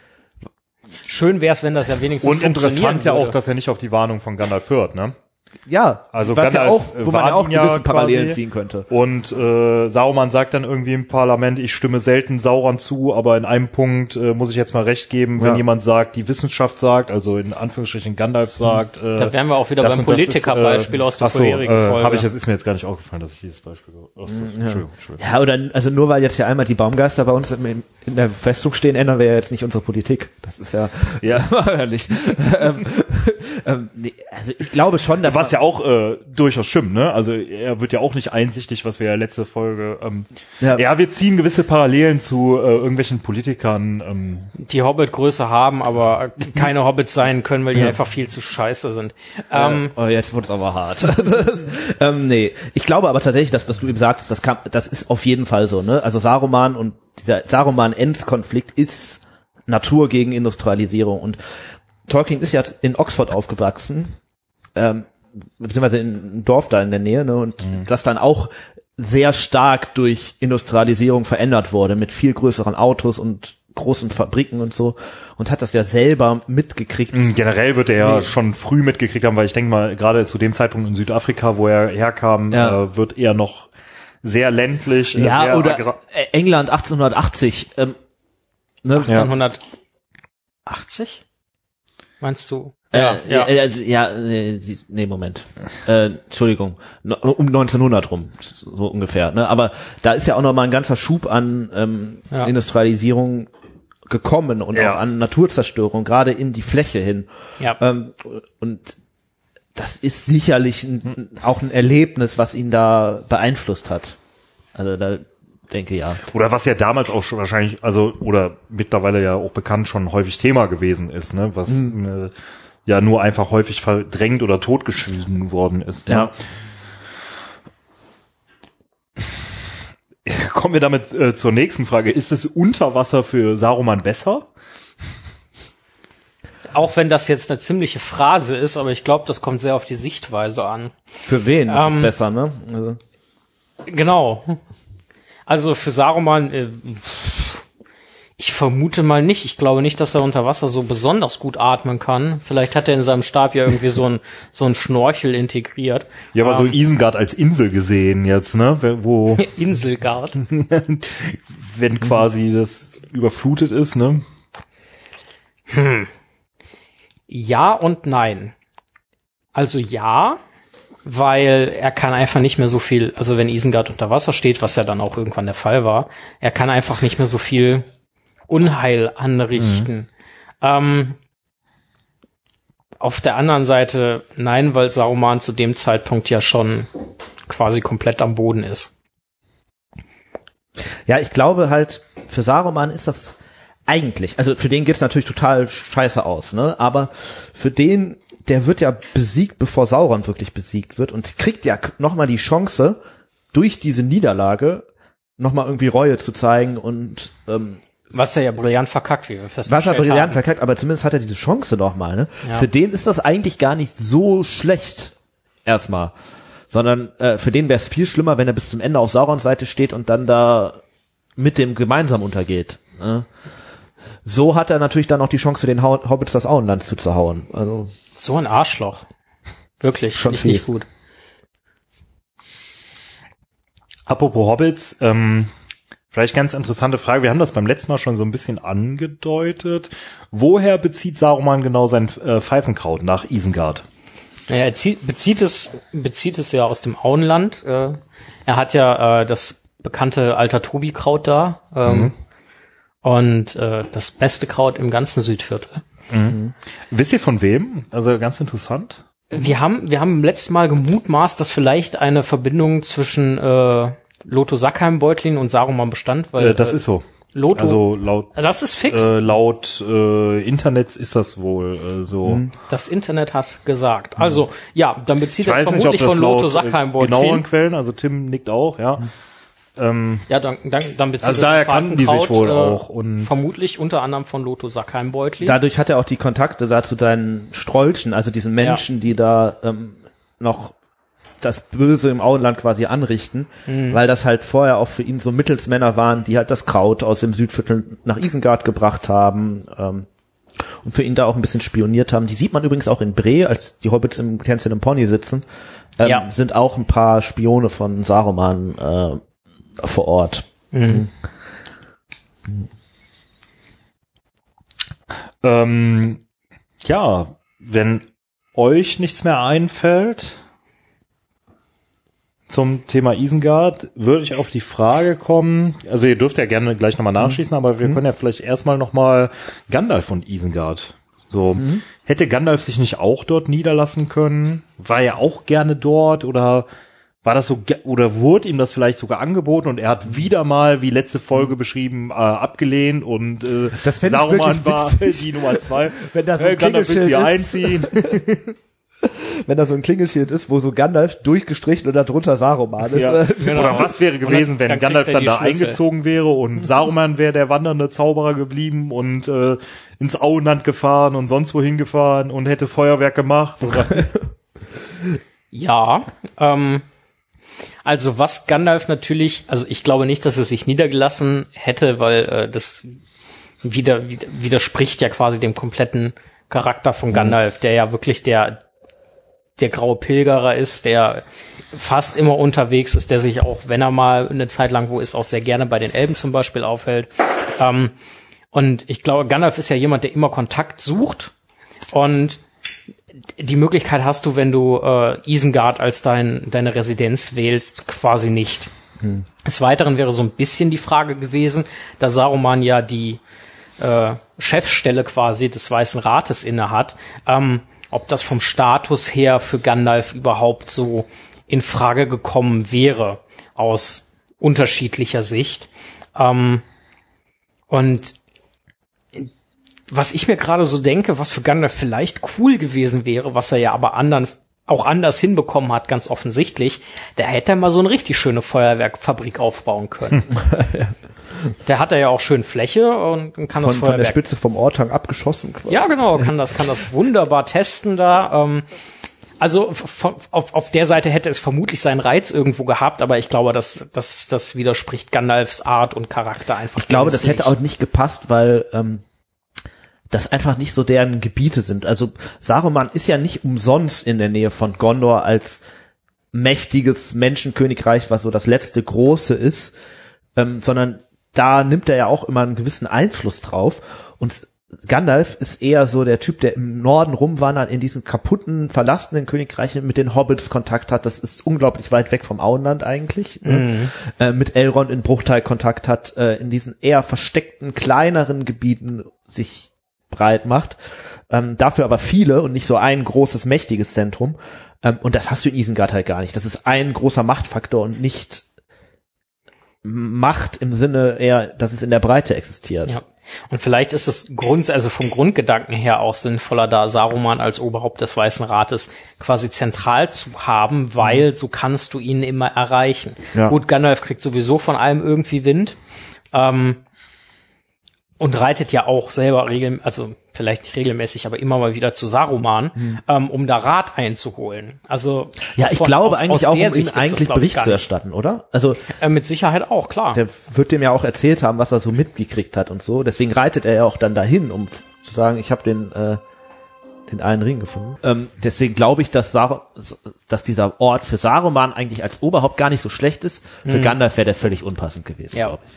[SPEAKER 3] schön wär's, wenn das ja wenigstens
[SPEAKER 2] Und interessant
[SPEAKER 3] funktionieren
[SPEAKER 2] ja auch,
[SPEAKER 3] würde.
[SPEAKER 2] dass er nicht auf die Warnung von Gandalf hört, ne?
[SPEAKER 1] ja,
[SPEAKER 2] Also
[SPEAKER 1] was ja
[SPEAKER 2] Gandalf,
[SPEAKER 1] auch, wo man ja auch
[SPEAKER 2] war ihn ja
[SPEAKER 1] gewisse Parallelen
[SPEAKER 2] quasi.
[SPEAKER 1] ziehen könnte.
[SPEAKER 2] Und äh, Saruman sagt dann irgendwie im Parlament, ich stimme selten Sauron zu, aber in einem Punkt äh, muss ich jetzt mal recht geben, wenn
[SPEAKER 1] Ja.
[SPEAKER 2] jemand sagt, die Wissenschaft sagt, also in Anführungsstrichen Gandalf sagt. Äh,
[SPEAKER 3] Da wären wir auch wieder
[SPEAKER 2] das
[SPEAKER 3] beim
[SPEAKER 2] und das ist,
[SPEAKER 3] Politikerbeispiel aus der
[SPEAKER 2] ach so,
[SPEAKER 3] vorherigen
[SPEAKER 2] äh,
[SPEAKER 3] Folge.
[SPEAKER 2] Habe ich, das ist mir jetzt gar nicht aufgefallen, dass ich dieses Beispiel. Ach so, Entschuldigung, Entschuldigung.
[SPEAKER 1] Ja, oder also nur weil jetzt ja einmal die Baumgeister bei uns in, in der Festung stehen, ändern wir ja jetzt nicht unsere Politik. Das ist ja
[SPEAKER 2] Ja.
[SPEAKER 1] ehrlich. ähm, ähm, nee, also ich glaube schon, dass
[SPEAKER 2] Was ja auch äh, durchaus stimmt, ne? Also er wird ja auch nicht einsichtig, was wir ja letzte Folge. Ähm,
[SPEAKER 1] Ja.
[SPEAKER 2] ja. wir ziehen gewisse Parallelen zu äh, irgendwelchen Politikern. Ähm,
[SPEAKER 3] die Hobbit-Größe haben, aber keine Hobbits sein können, weil die einfach viel zu scheiße sind. Ähm,
[SPEAKER 1] oh, jetzt wurde es aber hart. das, ähm, nee, ich glaube aber tatsächlich, dass was du eben sagtest, das kann, das ist auf jeden Fall so, ne? Also Saruman und dieser Saruman-Ents-Konflikt ist Natur gegen Industrialisierung. Und Tolkien ist ja in Oxford aufgewachsen, ähm, beziehungsweise in einem Dorf da in der Nähe, ne, und mhm. das dann auch sehr stark durch Industrialisierung verändert wurde, mit viel größeren Autos und großen Fabriken und so, und hat das ja selber mitgekriegt.
[SPEAKER 2] Generell wird er ja nee. schon früh mitgekriegt haben, weil ich denke mal, gerade zu dem Zeitpunkt in Südafrika, wo er herkam, ja. äh, wird er noch sehr ländlich.
[SPEAKER 1] Ja,
[SPEAKER 2] sehr
[SPEAKER 1] oder
[SPEAKER 2] agra-
[SPEAKER 1] England achtzehnhundertachtzig. Ähm, ne?
[SPEAKER 3] achtzehnhundertachtzig? Meinst du?
[SPEAKER 1] Ja, äh, ja, ja, ja, nee, nee, Moment. Äh, Entschuldigung, um neunzehnhundert rum, so ungefähr. Ne? Aber da ist ja auch noch mal ein ganzer Schub an ähm, ja. Industrialisierung gekommen und ja. auch an Naturzerstörung, gerade in die Fläche hin.
[SPEAKER 3] Ja.
[SPEAKER 1] Ähm, und das ist sicherlich ein, auch ein Erlebnis, was ihn da beeinflusst hat. Also da denke ja.
[SPEAKER 2] Oder was ja damals auch schon wahrscheinlich, also oder mittlerweile ja auch bekannt schon häufig Thema gewesen ist, ne, was mhm. äh, ja nur einfach häufig verdrängt oder totgeschwiegen worden ist. Ne?
[SPEAKER 1] Ja.
[SPEAKER 2] Kommen wir damit äh, zur nächsten Frage. Ist es Unterwasser für Saruman besser?
[SPEAKER 3] Auch wenn das jetzt eine ziemliche Phrase ist, aber ich glaube, das kommt sehr auf die Sichtweise an.
[SPEAKER 1] Für wen ist
[SPEAKER 3] ähm,
[SPEAKER 1] es besser, ne? Also.
[SPEAKER 3] Genau. Also für Saruman, äh, ich vermute mal nicht. Ich glaube nicht, dass er unter Wasser so besonders gut atmen kann. Vielleicht hat er in seinem Stab ja irgendwie so ein so ein Schnorchel integriert.
[SPEAKER 2] Ja, aber
[SPEAKER 3] ähm,
[SPEAKER 2] so Isengard als Insel gesehen jetzt, ne? Wo
[SPEAKER 3] Inselgard.
[SPEAKER 2] wenn quasi das überflutet ist, ne?
[SPEAKER 3] Hm. Ja und nein. Also ja, weil er kann einfach nicht mehr so viel, also wenn Isengard unter Wasser steht, was ja dann auch irgendwann der Fall war, er kann einfach nicht mehr so viel Unheil anrichten. Mhm. Ähm, auf der anderen Seite nein, weil Saruman zu dem Zeitpunkt ja schon quasi komplett am Boden ist.
[SPEAKER 1] Ja, ich glaube halt, für Saruman ist das eigentlich, also für den geht's natürlich total scheiße aus, ne? Aber für den, der wird ja besiegt, bevor Sauron wirklich besiegt wird, und kriegt ja nochmal die Chance, durch diese Niederlage nochmal irgendwie Reue zu zeigen und ähm,
[SPEAKER 3] was er ja brillant verkackt, wie wir festgestellt
[SPEAKER 1] Was er brillant
[SPEAKER 3] haben.
[SPEAKER 1] verkackt, aber zumindest hat er diese Chance nochmal, ne?
[SPEAKER 3] Ja.
[SPEAKER 1] Für den ist das eigentlich gar nicht so schlecht, erstmal. Sondern äh, für den wäre es viel schlimmer, wenn er bis zum Ende auf Saurons Seite steht und dann da mit dem gemeinsam untergeht. Ne? So hat er natürlich dann noch die Chance, den Hobbits das Auenland zuzuhauen. Also
[SPEAKER 3] so ein Arschloch. Wirklich,
[SPEAKER 1] schon
[SPEAKER 3] nicht, nicht gut.
[SPEAKER 2] Apropos Hobbits, ähm, vielleicht ganz interessante Frage. Wir haben das beim letzten Mal schon so ein bisschen angedeutet. Woher bezieht Saruman genau sein äh, Pfeifenkraut nach Isengard?
[SPEAKER 3] Naja, er zieht, bezieht es bezieht es ja aus dem Auenland. Äh, er hat ja äh, das bekannte Alter Tobi-Kraut da. Ähm, mhm. Und äh, das beste Kraut im ganzen Südviertel.
[SPEAKER 2] Mhm. Wisst ihr von wem? Also ganz interessant.
[SPEAKER 3] Wir haben wir haben letztes Mal gemutmaßt, dass vielleicht eine Verbindung zwischen äh, Lotho Sackheim-Beutlin und Saruman bestand, weil
[SPEAKER 2] äh, das äh, ist so.
[SPEAKER 3] Lotho,
[SPEAKER 2] also laut
[SPEAKER 3] das ist fix.
[SPEAKER 2] Äh, laut äh, Internet ist das wohl äh, so.
[SPEAKER 3] Das Internet hat gesagt. Also ja, dann bezieht er vermutlich
[SPEAKER 2] nicht, ob das
[SPEAKER 3] von Lotho
[SPEAKER 2] laut,
[SPEAKER 3] Sackheim-Beutlin.
[SPEAKER 2] Äh, genaueren Quellen, also Tim nickt auch, ja. Mhm. Ähm,
[SPEAKER 3] ja, dann, dann, dann bezieht
[SPEAKER 2] also daher kannten die sich wohl
[SPEAKER 3] äh,
[SPEAKER 2] auch. Und
[SPEAKER 3] vermutlich unter anderem von Lotho Sackheim-Beutlin.
[SPEAKER 1] Dadurch hat er auch die Kontakte da zu seinen Strolchen, also diesen Menschen, ja. die da ähm, noch das Böse im Auenland quasi anrichten, mhm. weil das halt vorher auch für ihn so Mittelsmänner waren, die halt das Kraut aus dem Südviertel nach Isengard gebracht haben ähm, und für ihn da auch ein bisschen spioniert haben. Die sieht man übrigens auch in Bre, als die Hobbits im Tänzchen im Pony sitzen, ähm, ja. sind auch ein paar Spione von Saruman äh, vor Ort.
[SPEAKER 3] Mhm.
[SPEAKER 2] Mhm. Ähm, ja, wenn euch nichts mehr einfällt zum Thema Isengard, würde ich auf die Frage kommen, also ihr dürft ja gerne gleich nochmal nachschießen, aber wir mhm. können ja vielleicht erstmal nochmal Gandalf und Isengard. So, mhm. hätte Gandalf sich nicht auch dort niederlassen können? War er auch gerne dort oder war das so, oder wurde ihm das vielleicht sogar angeboten und er hat wieder mal, wie letzte Folge beschrieben, äh, abgelehnt und äh,
[SPEAKER 1] das
[SPEAKER 2] Saruman war die Nummer zwei.
[SPEAKER 1] Wenn das so
[SPEAKER 2] hey, Gandalf will sie einziehen.
[SPEAKER 1] wenn da so ein Klingelschild ist, wo so Gandalf durchgestrichen und darunter Saruman ist.
[SPEAKER 2] Ja.
[SPEAKER 3] Genau.
[SPEAKER 2] Oder was wäre gewesen,
[SPEAKER 3] dann-
[SPEAKER 2] wenn
[SPEAKER 3] dann
[SPEAKER 2] Gandalf
[SPEAKER 3] kriegt er
[SPEAKER 2] dann
[SPEAKER 3] die
[SPEAKER 2] da
[SPEAKER 3] Schlüssel.
[SPEAKER 2] eingezogen wäre und Saruman wäre der wandernde Zauberer geblieben und äh, ins Auenland gefahren und sonst wohin gefahren und hätte Feuerwerk gemacht. Oder
[SPEAKER 3] Ja, ähm, also was Gandalf natürlich, also ich glaube nicht, dass er sich niedergelassen hätte, weil äh, das wieder, wieder widerspricht ja quasi dem kompletten Charakter von Gandalf, der ja wirklich der der graue Pilgerer ist, der fast immer unterwegs ist, der sich auch, wenn er mal eine Zeit lang wo ist, auch sehr gerne bei den Elben zum Beispiel aufhält. Ähm, und ich glaube, Gandalf ist ja jemand, der immer Kontakt sucht und die Möglichkeit hast du, wenn du äh, Isengard als dein, deine Residenz wählst, quasi nicht. Hm. Des Weiteren wäre so ein bisschen die Frage gewesen, da Saruman ja die äh, Chefstelle quasi des Weißen Rates innehat, ähm, ob das vom Status her für Gandalf überhaupt so in Frage gekommen wäre, aus unterschiedlicher Sicht. Ähm, und was ich mir gerade so denke, was für Gandalf vielleicht cool gewesen wäre, was er ja aber anderen auch anders hinbekommen hat, ganz offensichtlich, der hätte mal so eine richtig schöne Feuerwerkfabrik aufbauen können. Ja. Der hat ja auch schön Fläche und kann das
[SPEAKER 1] Von,
[SPEAKER 3] Feuerwerk.
[SPEAKER 1] von der Spitze vom Ortang abgeschossen. Quasi.
[SPEAKER 3] Ja, genau, kann das, kann das wunderbar testen da. Ähm, also von, auf, auf der Seite hätte es vermutlich seinen Reiz irgendwo gehabt, aber ich glaube, das, das, das widerspricht Gandalfs Art und Charakter einfach.
[SPEAKER 1] Ich glaube, das
[SPEAKER 3] gänzlich.
[SPEAKER 1] hätte auch nicht gepasst, weil ähm, das einfach nicht so deren Gebiete sind. Also Saruman ist ja nicht umsonst in der Nähe von Gondor als mächtiges Menschenkönigreich, was so das letzte große ist, ähm, sondern da nimmt er ja auch immer einen gewissen Einfluss drauf. Und Gandalf ist eher so der Typ, der im Norden rumwandert, in diesen kaputten, verlassenen Königreichen mit den Hobbits Kontakt hat. Das ist unglaublich weit weg vom Auenland eigentlich. Mhm. Ne? Äh, mit Elrond in Bruchteil Kontakt hat, äh, in diesen eher versteckten, kleineren Gebieten sich breit macht. Ähm, dafür aber viele und nicht so ein großes, mächtiges Zentrum. Ähm, und das hast du in Isengard halt gar nicht. Das ist ein großer Machtfaktor und nicht Macht im Sinne eher, dass es in der Breite existiert.
[SPEAKER 3] Ja. Und vielleicht ist es Grund, also vom Grundgedanken her auch sinnvoller, da Saruman als Oberhaupt des Weißen Rates quasi zentral zu haben, weil so kannst du ihn immer erreichen.
[SPEAKER 1] Ja.
[SPEAKER 3] Gut, Gandalf kriegt sowieso von allem irgendwie Wind. Ähm, und reitet ja auch selber regelmäßig, also vielleicht nicht regelmäßig, aber immer mal wieder zu Saruman, hm. ähm, um da Rat einzuholen. Also
[SPEAKER 1] ja, ich
[SPEAKER 3] von,
[SPEAKER 1] glaube
[SPEAKER 3] aus,
[SPEAKER 1] eigentlich
[SPEAKER 3] aus
[SPEAKER 1] auch,
[SPEAKER 3] der
[SPEAKER 1] um
[SPEAKER 3] Sicht
[SPEAKER 1] ihm
[SPEAKER 3] ist das,
[SPEAKER 1] eigentlich
[SPEAKER 3] glaub ich,
[SPEAKER 1] Bericht
[SPEAKER 3] gar
[SPEAKER 1] zu
[SPEAKER 3] nicht.
[SPEAKER 1] erstatten, oder? Also
[SPEAKER 3] Äh, mit Sicherheit auch, klar.
[SPEAKER 1] der wird dem ja auch erzählt haben, was er so mitgekriegt hat und so. Deswegen reitet er ja auch dann dahin, um zu sagen, ich habe den äh, den einen Ring gefunden. Ähm, deswegen glaube ich, dass Sar dass dieser Ort für Saruman eigentlich als Oberhaupt gar nicht so schlecht ist. Für
[SPEAKER 3] hm.
[SPEAKER 1] Gandalf wäre der völlig unpassend gewesen,
[SPEAKER 3] Ja.
[SPEAKER 1] glaube ich.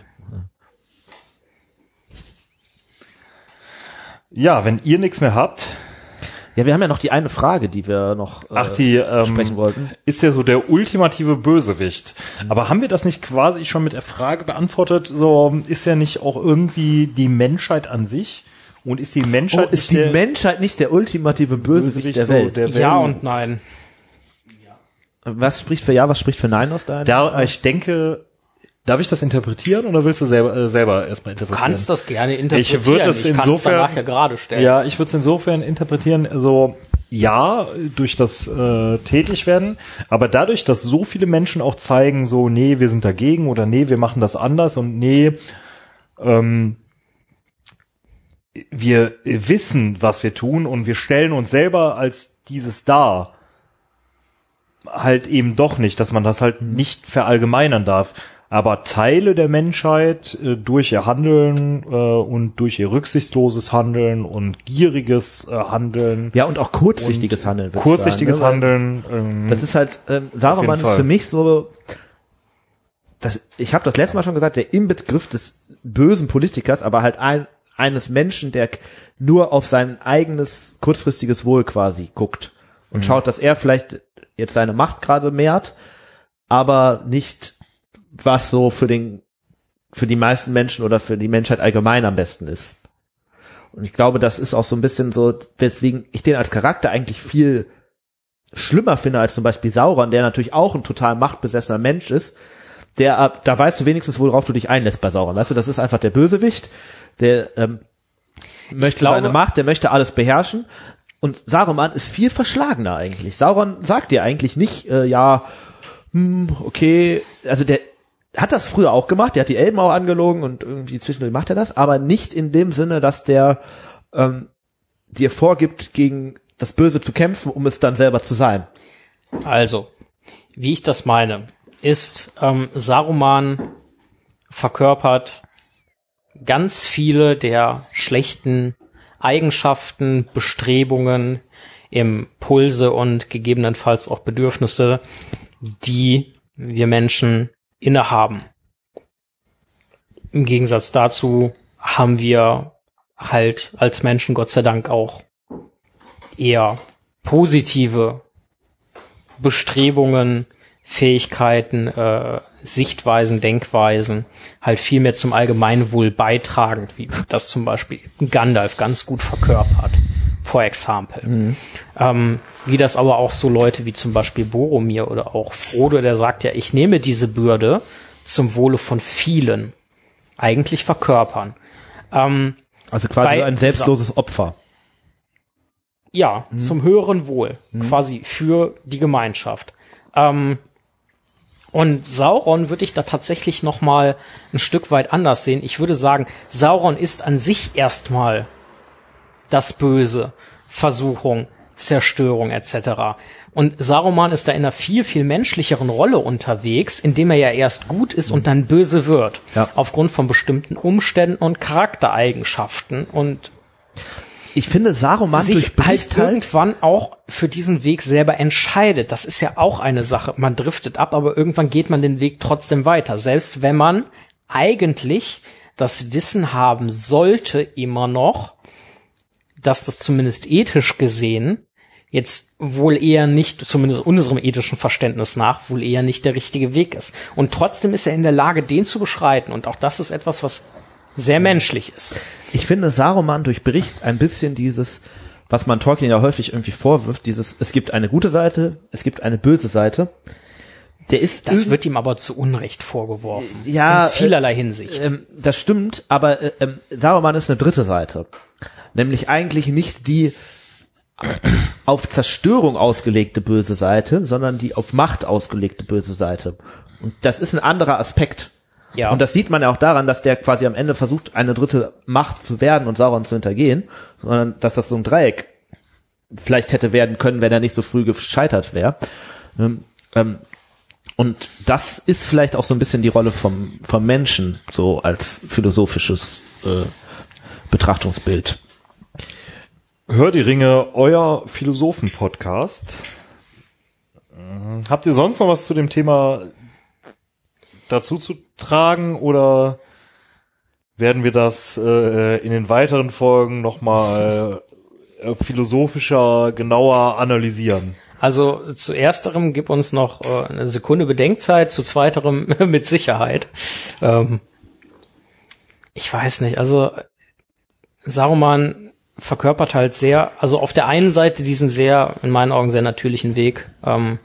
[SPEAKER 2] ja, wenn ihr nichts mehr habt.
[SPEAKER 1] Ja, wir haben ja noch die eine Frage, die wir noch äh,
[SPEAKER 2] Ach, die ähm,
[SPEAKER 1] sprechen wollten.
[SPEAKER 2] Ist ja so der ultimative Bösewicht. Aber haben wir das nicht quasi schon mit der Frage beantwortet? So ist ja nicht auch irgendwie die Menschheit an sich? Und ist die Menschheit
[SPEAKER 1] Oh, ist
[SPEAKER 2] nicht
[SPEAKER 1] die
[SPEAKER 2] der
[SPEAKER 1] Menschheit nicht der ultimative Bösewicht, der
[SPEAKER 2] so
[SPEAKER 1] Welt?
[SPEAKER 2] der
[SPEAKER 3] Ja
[SPEAKER 2] Welt?
[SPEAKER 3] und nein.
[SPEAKER 1] Was spricht für Ja, was spricht für Nein aus deiner?
[SPEAKER 2] Da, ich denke, darf ich das interpretieren oder willst du selber, äh, selber erstmal
[SPEAKER 3] Du
[SPEAKER 2] interpretieren?
[SPEAKER 3] kannst das gerne interpretieren.
[SPEAKER 2] Ich würde es
[SPEAKER 3] ich kann's
[SPEAKER 2] insofern-
[SPEAKER 3] danach ja gerade stellen.
[SPEAKER 2] Ja, ich würde es insofern interpretieren, also ja, durch das äh, Tätigwerden, aber dadurch, dass so viele Menschen auch zeigen, so, nee, wir sind dagegen oder nee, wir machen das anders und nee, ähm, wir wissen, was wir tun und wir stellen uns selber als dieses dar, halt eben doch nicht, dass man das halt nicht verallgemeinern darf. Aber Teile der Menschheit äh, durch ihr Handeln äh, und durch ihr rücksichtsloses Handeln und gieriges äh, Handeln,
[SPEAKER 1] Ja, und auch kurzsichtiges Handeln. würd ich
[SPEAKER 2] kurzsichtiges
[SPEAKER 1] sagen, ne? Weil
[SPEAKER 2] Handeln, ähm,
[SPEAKER 1] Das ist halt, ähm, Saruman ist
[SPEAKER 2] Fall.
[SPEAKER 1] für mich so, das, ich habe das letzte Mal schon gesagt, der Inbegriff des bösen Politikers, aber halt ein, eines Menschen, der k- nur auf sein eigenes kurzfristiges Wohl quasi guckt und
[SPEAKER 2] Mhm.
[SPEAKER 1] schaut, dass er vielleicht jetzt seine Macht gerade mehrt, aber nicht, was so für den, für die meisten Menschen oder für die Menschheit allgemein am besten ist. Und ich glaube, das ist auch so ein bisschen so, weswegen ich den als Charakter eigentlich viel schlimmer finde als zum Beispiel Sauron, der natürlich auch ein total machtbesessener Mensch ist. Der, da weißt du wenigstens, worauf du dich einlässt bei Sauron. Weißt du, das ist einfach der Bösewicht, der ähm, möchte
[SPEAKER 3] glaube-
[SPEAKER 1] seine Macht, der möchte alles beherrschen. Und Saruman ist viel verschlagener eigentlich. Sauron sagt dir eigentlich nicht, äh, ja, hm, okay, also der hat das früher auch gemacht, der hat die Elben auch angelogen und irgendwie zwischendurch macht er das, aber nicht in dem Sinne, dass der ähm, dir vorgibt, gegen das Böse zu kämpfen, um es dann selber zu sein.
[SPEAKER 3] Also, wie ich das meine, ist ähm, Saruman verkörpert ganz viele der schlechten Eigenschaften, Bestrebungen, Impulse und gegebenenfalls auch Bedürfnisse, die wir Menschen innehaben. Im Gegensatz dazu haben wir halt als Menschen Gott sei Dank auch eher positive Bestrebungen, Fähigkeiten, äh, Sichtweisen, Denkweisen, halt viel mehr zum Allgemeinwohl beitragend, wie das zum Beispiel Gandalf ganz gut verkörpert, for example. Mhm. Ähm, wie das aber auch so Leute wie zum Beispiel Boromir oder auch Frodo, der sagt ja, ich nehme diese Bürde zum Wohle von vielen, eigentlich verkörpern. Ähm,
[SPEAKER 1] also quasi ein selbstloses Sa- Opfer.
[SPEAKER 3] Ja, mhm. zum höheren Wohl, mhm. quasi für die Gemeinschaft. Ähm, Und Sauron würde ich da tatsächlich noch mal ein Stück weit anders sehen. Ich würde sagen, Sauron ist an sich erstmal das Böse, Versuchung, Zerstörung et cetera. Und Saruman ist da in einer viel, viel menschlicheren Rolle unterwegs, indem er ja erst gut ist und dann böse wird. Ja. Aufgrund von bestimmten Umständen und Charaktereigenschaften und
[SPEAKER 1] ich finde, Saruman
[SPEAKER 3] sich halt irgendwann auch für diesen Weg selber entscheidet. Das ist ja auch eine Sache. Man driftet ab, aber irgendwann geht man den Weg trotzdem weiter. Selbst wenn man eigentlich das Wissen haben sollte, immer noch, dass das zumindest ethisch gesehen jetzt wohl eher nicht, zumindest unserem ethischen Verständnis nach, wohl eher nicht der richtige Weg ist. Und trotzdem ist er in der Lage, den zu beschreiten. Und auch das ist etwas, was sehr menschlich ist.
[SPEAKER 1] Ich finde, Saruman durchbricht ein bisschen dieses, was man Tolkien ja häufig irgendwie vorwirft, dieses, es gibt eine gute Seite, es gibt eine böse Seite. Der ist
[SPEAKER 3] das wird ihm aber zu Unrecht vorgeworfen.
[SPEAKER 1] Ja.
[SPEAKER 3] In vielerlei Hinsicht.
[SPEAKER 1] Äh, das stimmt, aber äh, äh, Saruman ist eine dritte Seite. Nämlich eigentlich nicht die auf Zerstörung ausgelegte böse Seite, sondern die auf Macht ausgelegte böse Seite. Und das ist ein anderer Aspekt. Ja. Und das sieht man ja auch daran, dass der quasi am Ende versucht, eine dritte Macht zu werden und Sauron zu hintergehen, sondern dass das so ein Dreieck vielleicht hätte werden können, wenn er nicht so früh gescheitert wäre. Ähm, und das ist vielleicht auch so ein bisschen die Rolle vom, vom Menschen, so als philosophisches äh, Betrachtungsbild.
[SPEAKER 2] Hör die Ringe, euer Philosophen-Podcast. Habt ihr sonst noch was zu dem Thema dazu zu tragen oder werden wir das äh, in den weiteren Folgen nochmal äh, philosophischer, genauer analysieren?
[SPEAKER 3] Also zu ersterem gib uns noch äh, eine Sekunde Bedenkzeit, zu zweiterem mit Sicherheit. Ähm, ich weiß nicht, also Saruman verkörpert halt sehr, also auf der einen Seite diesen sehr, in meinen Augen sehr natürlichen Weg, ähm,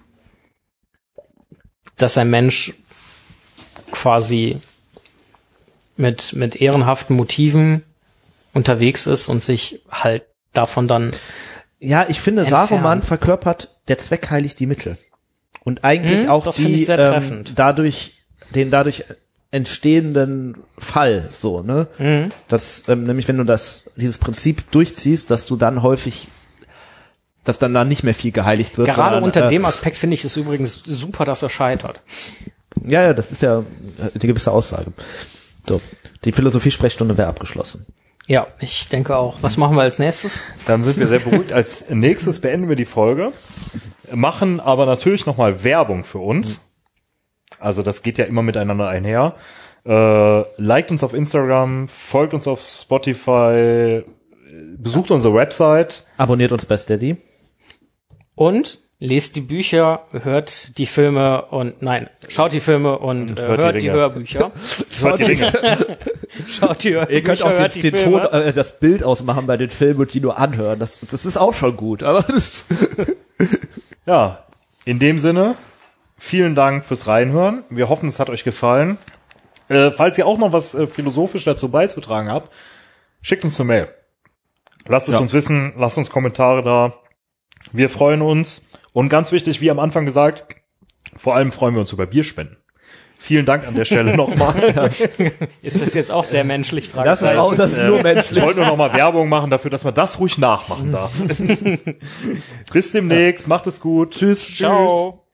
[SPEAKER 3] dass ein Mensch quasi mit mit ehrenhaften Motiven unterwegs ist und sich halt davon dann
[SPEAKER 1] ja, ich finde, entfernt. Saruman verkörpert der Zweck heiligt die Mittel und eigentlich hm, auch die ähm, dadurch den dadurch entstehenden Fall so, ne? Mhm. Das ähm, nämlich wenn du das dieses Prinzip durchziehst, dass du dann häufig dass dann da nicht mehr viel geheiligt wird.
[SPEAKER 3] Gerade
[SPEAKER 1] sondern,
[SPEAKER 3] unter
[SPEAKER 1] äh,
[SPEAKER 3] dem Aspekt finde ich es übrigens super, dass er scheitert.
[SPEAKER 1] Ja, ja, das ist ja eine gewisse Aussage. So, die Philosophie-Sprechstunde wäre abgeschlossen.
[SPEAKER 3] Ja, ich denke auch. Was machen wir als nächstes?
[SPEAKER 2] Dann sind wir sehr beruhigt. Als nächstes beenden wir die Folge, machen aber natürlich nochmal Werbung für uns. Also das geht ja immer miteinander einher. Äh, liked uns auf Instagram, folgt uns auf Spotify, besucht unsere Website.
[SPEAKER 1] Abonniert uns bei Steady.
[SPEAKER 3] Und lest die Bücher, hört die Filme und, nein, schaut die Filme und, und äh, hört, hört die, die Hörbücher.
[SPEAKER 2] Schaut die Ringe.
[SPEAKER 3] Schaut die Hörbücher.
[SPEAKER 1] Ihr könnt auch den, den Ton, äh, das Bild ausmachen bei den Filmen und die nur anhören. Das, das ist auch schon gut. Aber das
[SPEAKER 2] ja, in dem Sinne, vielen Dank fürs Reinhören. Wir hoffen, es hat euch gefallen. Äh, falls ihr auch noch was äh, philosophisch dazu beizutragen habt, schickt uns eine Mail. Lasst es
[SPEAKER 1] Ja.
[SPEAKER 2] uns wissen, lasst uns Kommentare da. Wir freuen uns. Und ganz wichtig, wie am Anfang gesagt, vor allem freuen wir uns über Bierspenden. Vielen Dank an der Stelle nochmal.
[SPEAKER 3] Ist das jetzt auch sehr menschlich?
[SPEAKER 1] Das ist auch, das ist nur
[SPEAKER 2] Ich
[SPEAKER 1] menschlich.
[SPEAKER 2] wollte nur nochmal Werbung machen dafür, dass man das ruhig nachmachen darf. Bis demnächst, macht es gut.
[SPEAKER 1] Tschüss.
[SPEAKER 3] Ciao.